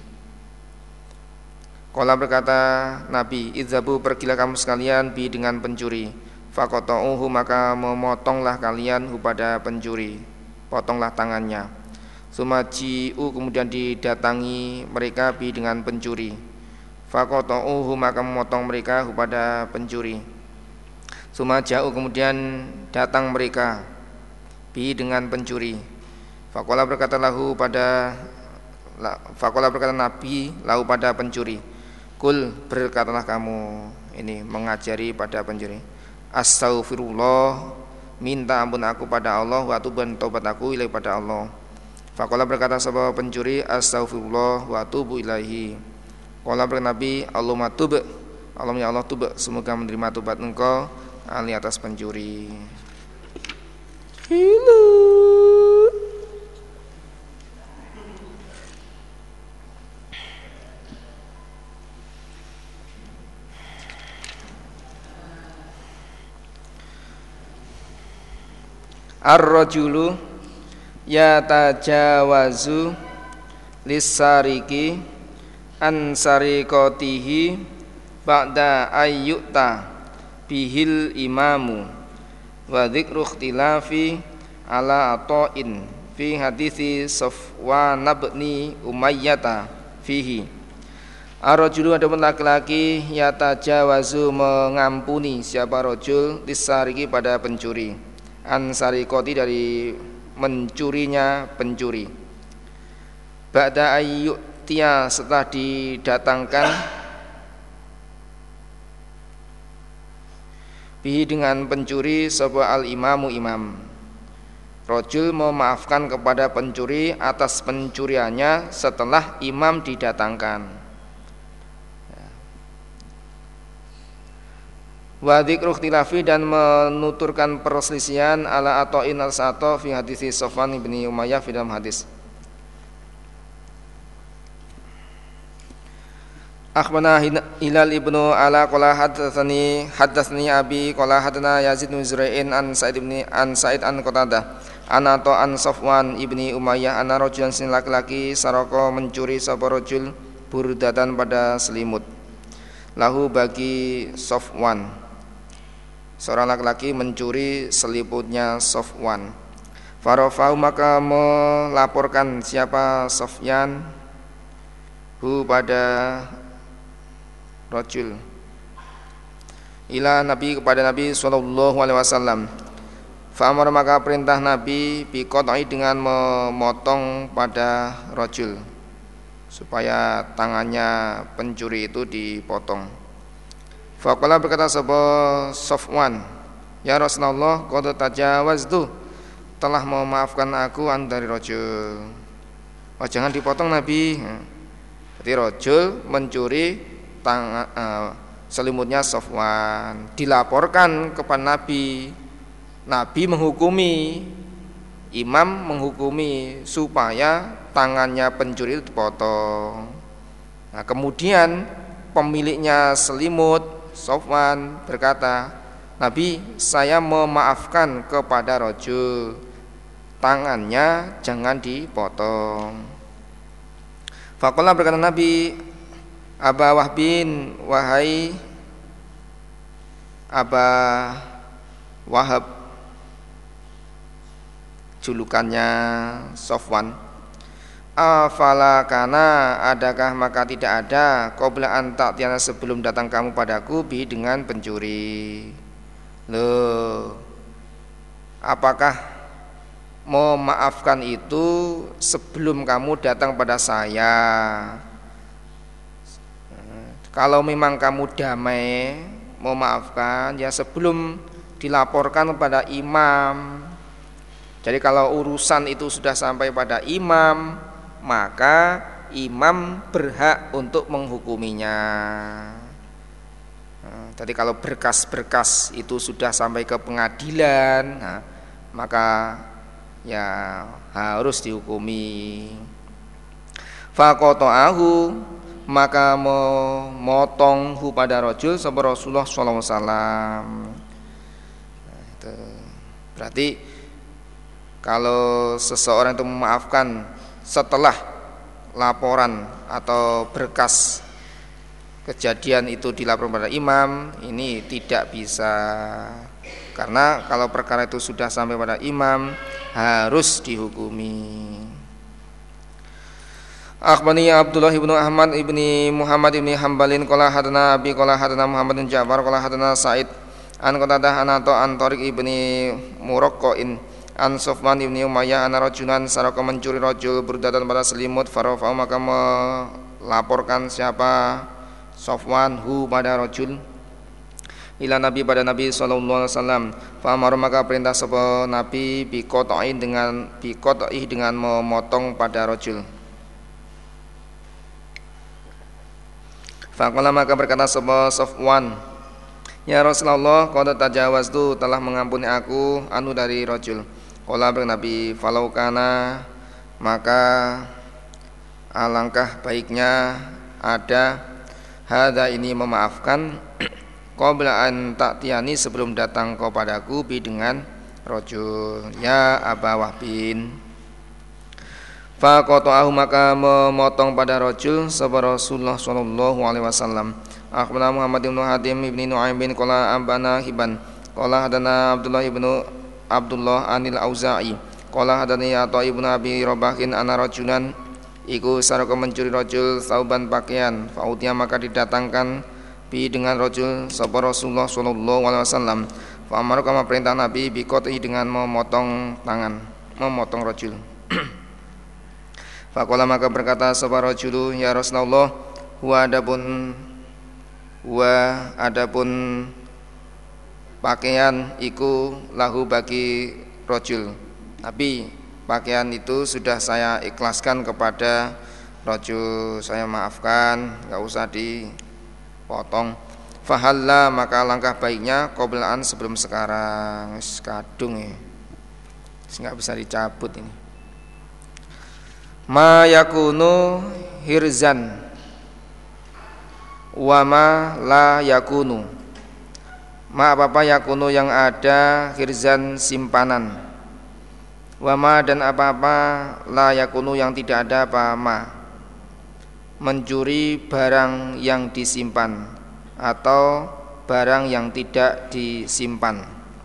Qala berkata Nabi, idzabu pergilah kamu sekalian bi dengan pencuri. Faqata'uhu maka memotonglah kalian pada pencuri, potonglah tangannya. Sumaji'u kemudian didatangi mereka bi dengan pencuri. Faqata'uhu maka memotong mereka pada pencuri. Sumaja'u kemudian datang mereka bi dengan pencuri. Faqala berkata lahu pada Faqala berkata Nabi lahu pada pencuri, kul berkatalah kamu, ini mengajari pada pencuri, astaghfirullah minta ampun aku pada Allah wa tuban taubat aku ilaihi pada Allah. Faqala berkata sahabat pencuri, astaghfirullah wa tubu ilaihi. Qala berkata Nabi, Allahumma tub, Allahumma ya Allah tub, semoga menerima tobat engkau ali atas pencuri. Hello. Ar-rajulu yatajawazu lisariki an sariqatihi ba'da ayyuta bihil imamu wa dzikru ikhtilafi ala ata'in fi hadithi Safwan bin Umayyah fihi. Ar-rajulu adapun laki-laki yatajawazu mengampuni siapa rajul lisariki pada pencuri an sariqati dari mencurinya pencuri. Ba'da ayyutia setelah didatangkan bihi dengan pencuri sapa al imamu imam. Rajul memaafkan kepada pencuri atas pencuriannya setelah imam didatangkan. Wa dzikru ikhtilafi dan menuturkan perselisihan ala ata'in al-sa'ata fi hadis Safwan bin Umayyah fi dalam hadis. Akhbarana Hilal ibnu Ala qala hadatsani hadatsani abi qala hadatsana Yazid bin Zura'in an Sa'id bin an Sa'id an Qatadah an Atha an Safwan ibni Umayyah anna rajulan sin laki-laki saraka mencuri sapa rajul burdatan pada selimut lahu bagi Safwan. Seorang laki-laki mencuri selimutnya Safwan. Farafau maka melaporkan siapa Safyan hu pada rajul ila Nabi kepada Nabi sallallahu alaihi wasallam. Fa'amar maka perintah Nabi biqat'i dengan memotong pada rajul supaya tangannya pencuri itu dipotong. Faqala berkata sapa Safwan, ya Rasulullah qad tajawaztu, telah memaafkan aku an dari rajul. Oh jangan dipotong Nabi. Jadi rajul mencuri Tang, uh, selimutnya Safwan, dilaporkan kepada Nabi. Nabi menghukumi, imam menghukumi supaya tangannya pencuri itu dipotong. Nah, kemudian pemiliknya selimut Safwan berkata, Nabi, saya memaafkan kepada rajul, tangannya jangan dipotong. Faqala berkata Nabi, Aba Wahbin, wahai Aba Wahab, julukannya Safwan, afala kana, adakah maka tidak ada qabla an ta'tiyana sebelum datang kamu padaku bi dengan pencuri. Loh, apakah memaafkan itu sebelum kamu datang pada saya? Kalau memang kamu damai memaafkan ya sebelum dilaporkan kepada imam. Jadi kalau urusan itu sudah sampai pada imam, maka imam berhak untuk menghukuminya. Nah, jadi kalau berkas-berkas itu sudah sampai ke pengadilan, nah, maka ya harus dihukumi. Faqata'ahu, maka memotong hu pada rajul sapa Rasulullah sallallahu alaihi wasallam. Nah, itu berarti kalau seseorang itu memaafkan setelah laporan atau berkas kejadian itu dilaporkan pada imam, ini tidak bisa, karena kalau perkara itu sudah sampai pada imam harus dihukumi. Akhbarani Abdullah ibnu Ahmad ibni Muhammad ibni Hambalin qala hadana abi qala hadana Muhammad bin Ja'far qala hadana Sa'id an Qatadah an Atha an Tariq ibni Muraqqin an Safwan ibni Umayyah an rajulan saraka mencuri rajul burdatan pada selimut farafa maka melaporkan siapa Safwan hu pada rajul ila Nabi pada Nabi sallallahu alaihi wasallam. Fa amara maka perintah sapa Nabi biqat'i dengan biqat'i dengan memotong pada rajul. Faqala maka berkata sapa Safwan, ya Rasulullah qad tajawaztu, telah mengampuni aku anu dari rajul. Qala berkata Nabi, falau kana, maka alangkah baiknya ada hadza ini memaafkan qabla an ta'tiyani sebelum datang kepadaku bi dengan rajul ya Aba Wahbin. Faqata'ahu maka memotong pada rajul sapa Rasulullah sallallahu alaihi wasallam. Akhbarana Muhammad bin Hatim bin Nu'aim bin qala ambana Hiban qala hadana Abdullah ibn Abdullah anil Auza'i qala hadani Atha ibn Abi Rabahin ana rajulan iku saraka mencuri rajul sauban pakaian fautia maka didatangkan bi dengan rajul sapa Rasulullah sallallahu alaihi wasallam. Fa amara kama perintah Nabi bi qati dengan memotong tangan memotong rajul. Faqala maka berkata sapa rajulu ya Rasulullah wa adapun wa adapun pakaian iku lahu bagi rajul. Tapi pakaian itu sudah saya ikhlaskan kepada rajul, saya maafkan, enggak usah dipotong. Fahalla maka langkah baiknya qoblaan sebelum sekarang. Wis kadung ya. Wis enggak bisa dicabut ini. Ma yakunu hirzan wa ma la yakunu. Ma apa-apa yakunu yang ada hirzan simpanan. Wa ma dan apa-apa la yakunu yang tidak ada apa ma. Mencuri barang yang disimpan atau barang yang tidak disimpan.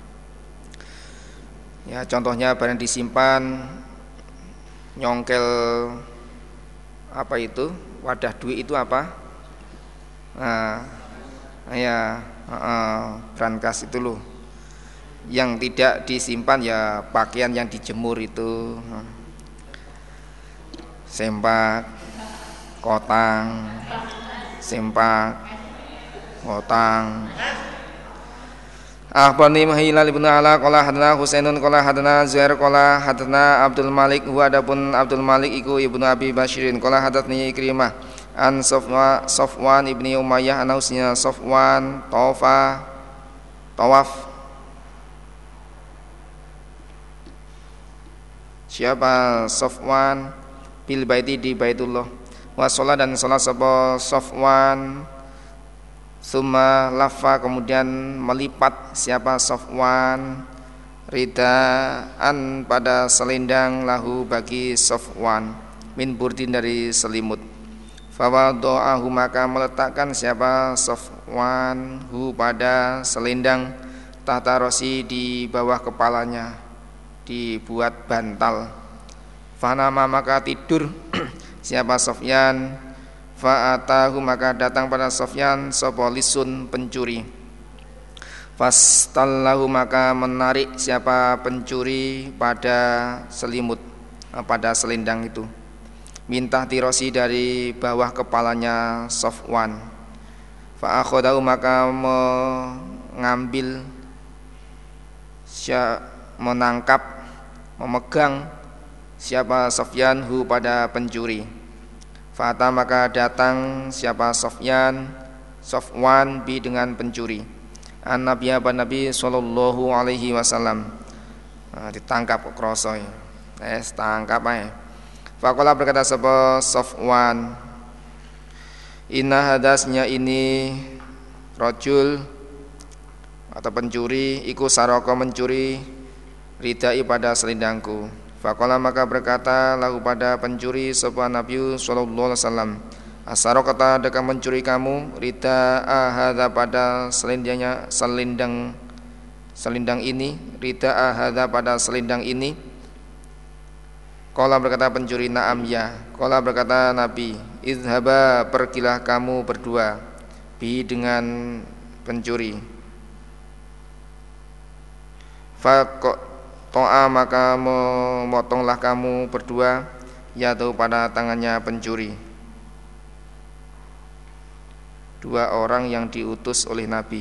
Ya, contohnya barang disimpan nyongkel apa itu? Wadah duit itu apa? Nah, ya, uh, brankas itu loh. Yang tidak disimpan ya pakaian yang dijemur itu, sempak, kotang, sempak, kotang. Akhbarani Hilal ibn Ala qala hadana Husainun qala hadana Zuhair qala hadana Abdul Malik wa adapun Abdul Malik iku ibnu Abi Bashirin qala hadatsni Ikrimah an Safwan Safwan ibni Umayyah anausnya Safwan tawafa tawaf siapa Safwan bil baiti di Baitullah wa sholat dan sholat sapa Safwan summa lafa kemudian melipat siapa Safwan ridaan pada selendang lahu bagi Safwan min burdin dari selimut fawada'ahu maka meletakkan siapa Safwan hu pada selendang tahta rosi di bawah kepalanya dibuat bantal. Fanama maka tidur siapa Sofyan. Fa'atahu maka datang pada Sofyan sopolisun pencuri. Fastallahu maka menarik siapa pencuri pada selimut pada selendang itu. Minta tirosi dari bawah kepalanya Sofwan. Fa'akhodahu maka mengambil menangkap memegang siapa Sofyan hu pada pencuri. Fata maka datang siapa Sofyan Sofwan bi dengan pencuri. An Nabi apa Nabi sallallahu alaihi wasallam. Nah, ditangkap kok kroso. Eh tangkap ae. Faqala berkata sapa Sofwan inna hadasnya ini rajul atau pencuri iku saraka mencuri ridai pada selendangku. Faqala maka berkata lahu pada pencuri sapa Nabi sallallahu alaihi wasallam asarokata adakah mencuri kamu rida ahadha pada selendangnya selendang selendang ini rida ahadha pada selendang ini. Qala berkata pencuri na'am ya. Qala berkata Nabi idhaba pergilah kamu berdua bi dengan pencuri. Faqo to'a maka memotonglah kamu berdua yaitu pada tangannya pencuri. Dua orang yang diutus oleh Nabi.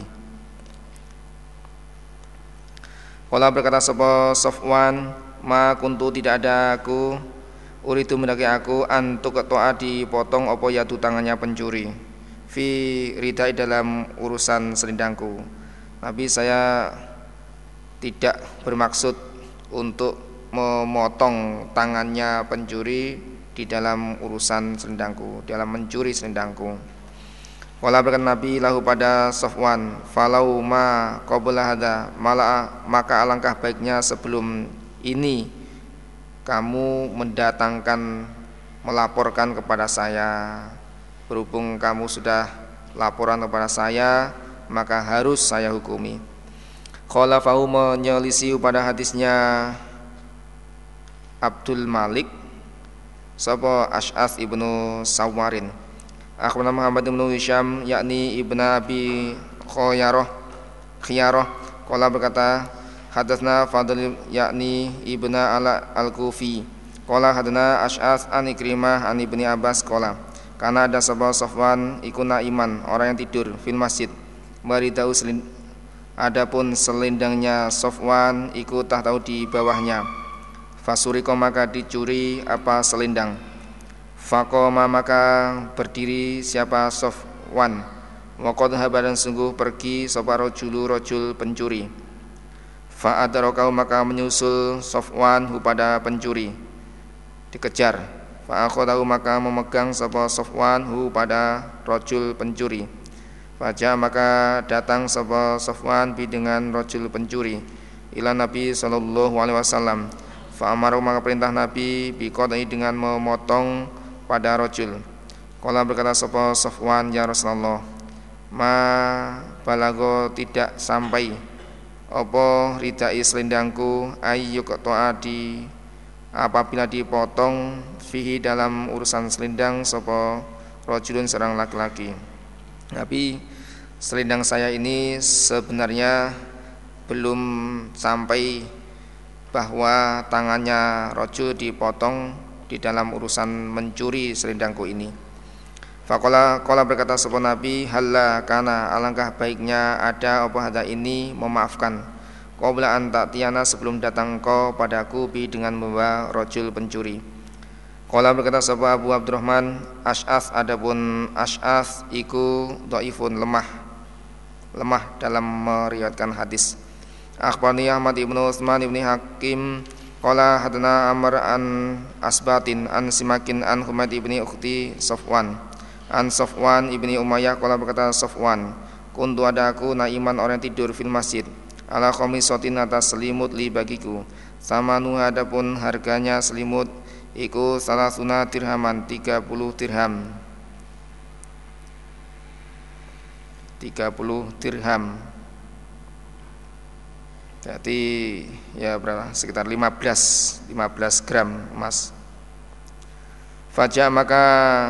Qala berkata sapa Safwan ma kuntu tidak ada aku uridu mendaki aku antuk to'a dipotong apa yaitu tangannya pencuri fi ridai dalam urusan selendangku. Nabi saya tidak bermaksud untuk memotong tangannya pencuri di dalam urusan selendangku, dalam mencuri selendangku. Qala berkata Nabi lahu pada Safwan, falau ma qabla hada, malah maka alangkah baiknya sebelum ini kamu mendatangkan melaporkan kepada saya. Berhubung kamu sudah laporan kepada saya, maka harus saya hukumi. Qala fahu menyelisihi pada hadisnya Abdul Malik sapa Ash'ath ibnu Sawarin. Akhbarana Muhammad bin Hisham yakni ibnu Abi Khiyarah Khiyarah qala berkata hadatsna Fadl yakni ibnu Ala al-Kufi qala hadatsna Ash'ath an Ikrimah an Ibni Abbas qala kana ada sabah Safwan iku naiman orang yang tidur fil masjid maridau selin adapun selendangnya Safwan iku tahtau di bawahnya fasuriko maka dicuri apa selendang. Faqoma maka berdiri siapa Safwan. Waqad haba dan sungguh pergi sapa rajulu rajul pencuri. Fa adrakahu maka menyusul Safwan hu pada pencuri. Dikejar. Fa akhadahu maka memegang sapa Safwan hu pada rajul pencuri. Faja maka datang sapa Safwan bi dengan rajul pencuri ila Nabi sallallahu alaihi wasallam. Fa amaru maka perintah Nabi bi qadai dengan memotong pada rajul. Qala berkata sapa Safwan, ya Rasulullah, ma balago tidak sampai apa ridai selendangku ayyuk taati apabila dipotong fihi dalam urusan selendang sapa rajulun seorang laki-laki. Tapi selendang saya ini sebenarnya belum sampai bahwa tangannya rajul dipotong di dalam urusan mencuri selendangku ini. Faqala qala berkata sapa Nabi, halla kana alangkah baiknya ada apa hada ini memaafkan. Qabla an ta'tiyana sebelum datang kau padaku bi dengan membawa rajul pencuri. Qala berkata sapa Abu Abdurrahman, Ash'ath adapun Ash'ath iku dhaifun lemah. Lemah dalam meriwayatkan hadis. Akhbarani Ahmad ibnu Utsman ibni Hakim qala hadana Amr an Asbatin an Simakin an Humaid ibni Ukhti Safwan an Safwan ibni Umayyah qala berkata Safwan kuntu ada aku naiman orang tidur fil masjid ala khamisatin atas selimut li bagiku sama nu adapun harganya selimut iku salasuna dirhaman tiga puluh dirham tiga puluh dirham jadi ya berapa? Sekitar lima belas gram emas. Faja maka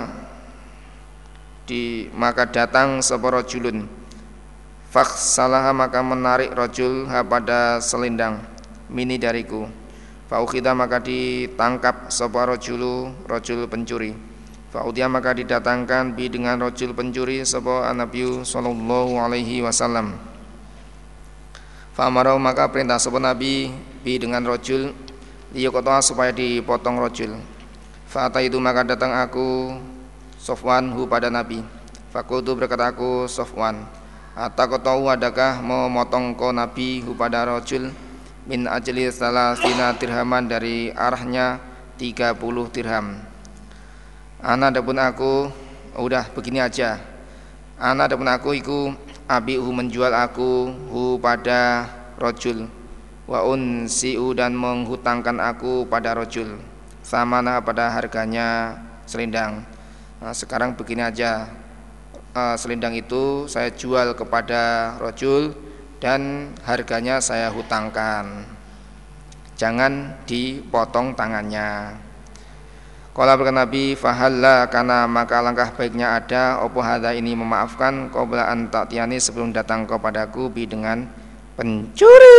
di maka datang sapa rajulun. Fakhsalaha maka menarik rajul ha pada selendang mini dariku. Faukhida maka ditangkap sapa rajulu rajul pencuri. Faudia maka didatangkan bi dengan rajul pencuri sapa Nabi sallallahu alaihi wasallam. Fa'amara maka perintah sapa Nabi bi dengan rajul liyaqta supaya dipotong rajul. Fa'ata itu maka datang aku Safwan hu pada Nabi. Faqultu berkata aku Safwan, ataqtau adakah memotong ko Nabi hu pada rajul min ajli salasina dirhaman dari arahnya tiga puluh dirham. Ana adapun aku udah begini aja. Ana adapun aku iku abihu menjual aku hu pada rajul wa unsiu dan menghutangkan aku pada rajul samana pada harganya selendang. Nah, sekarang begini aja, uh, selendang itu saya jual kepada rajul dan harganya saya hutangkan, jangan dipotong tangannya. Qala berkata Nabi, fahalla kana maka langkah baiknya ada opo hadza ini memaafkan qabla an ta'tiyani sebelum datang kepadaku bi dengan pencuri.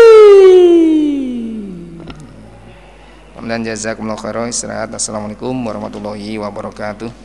Kemudian jazakumullahu khairan istirahat. Assalamualaikum warahmatullahi wabarakatuh.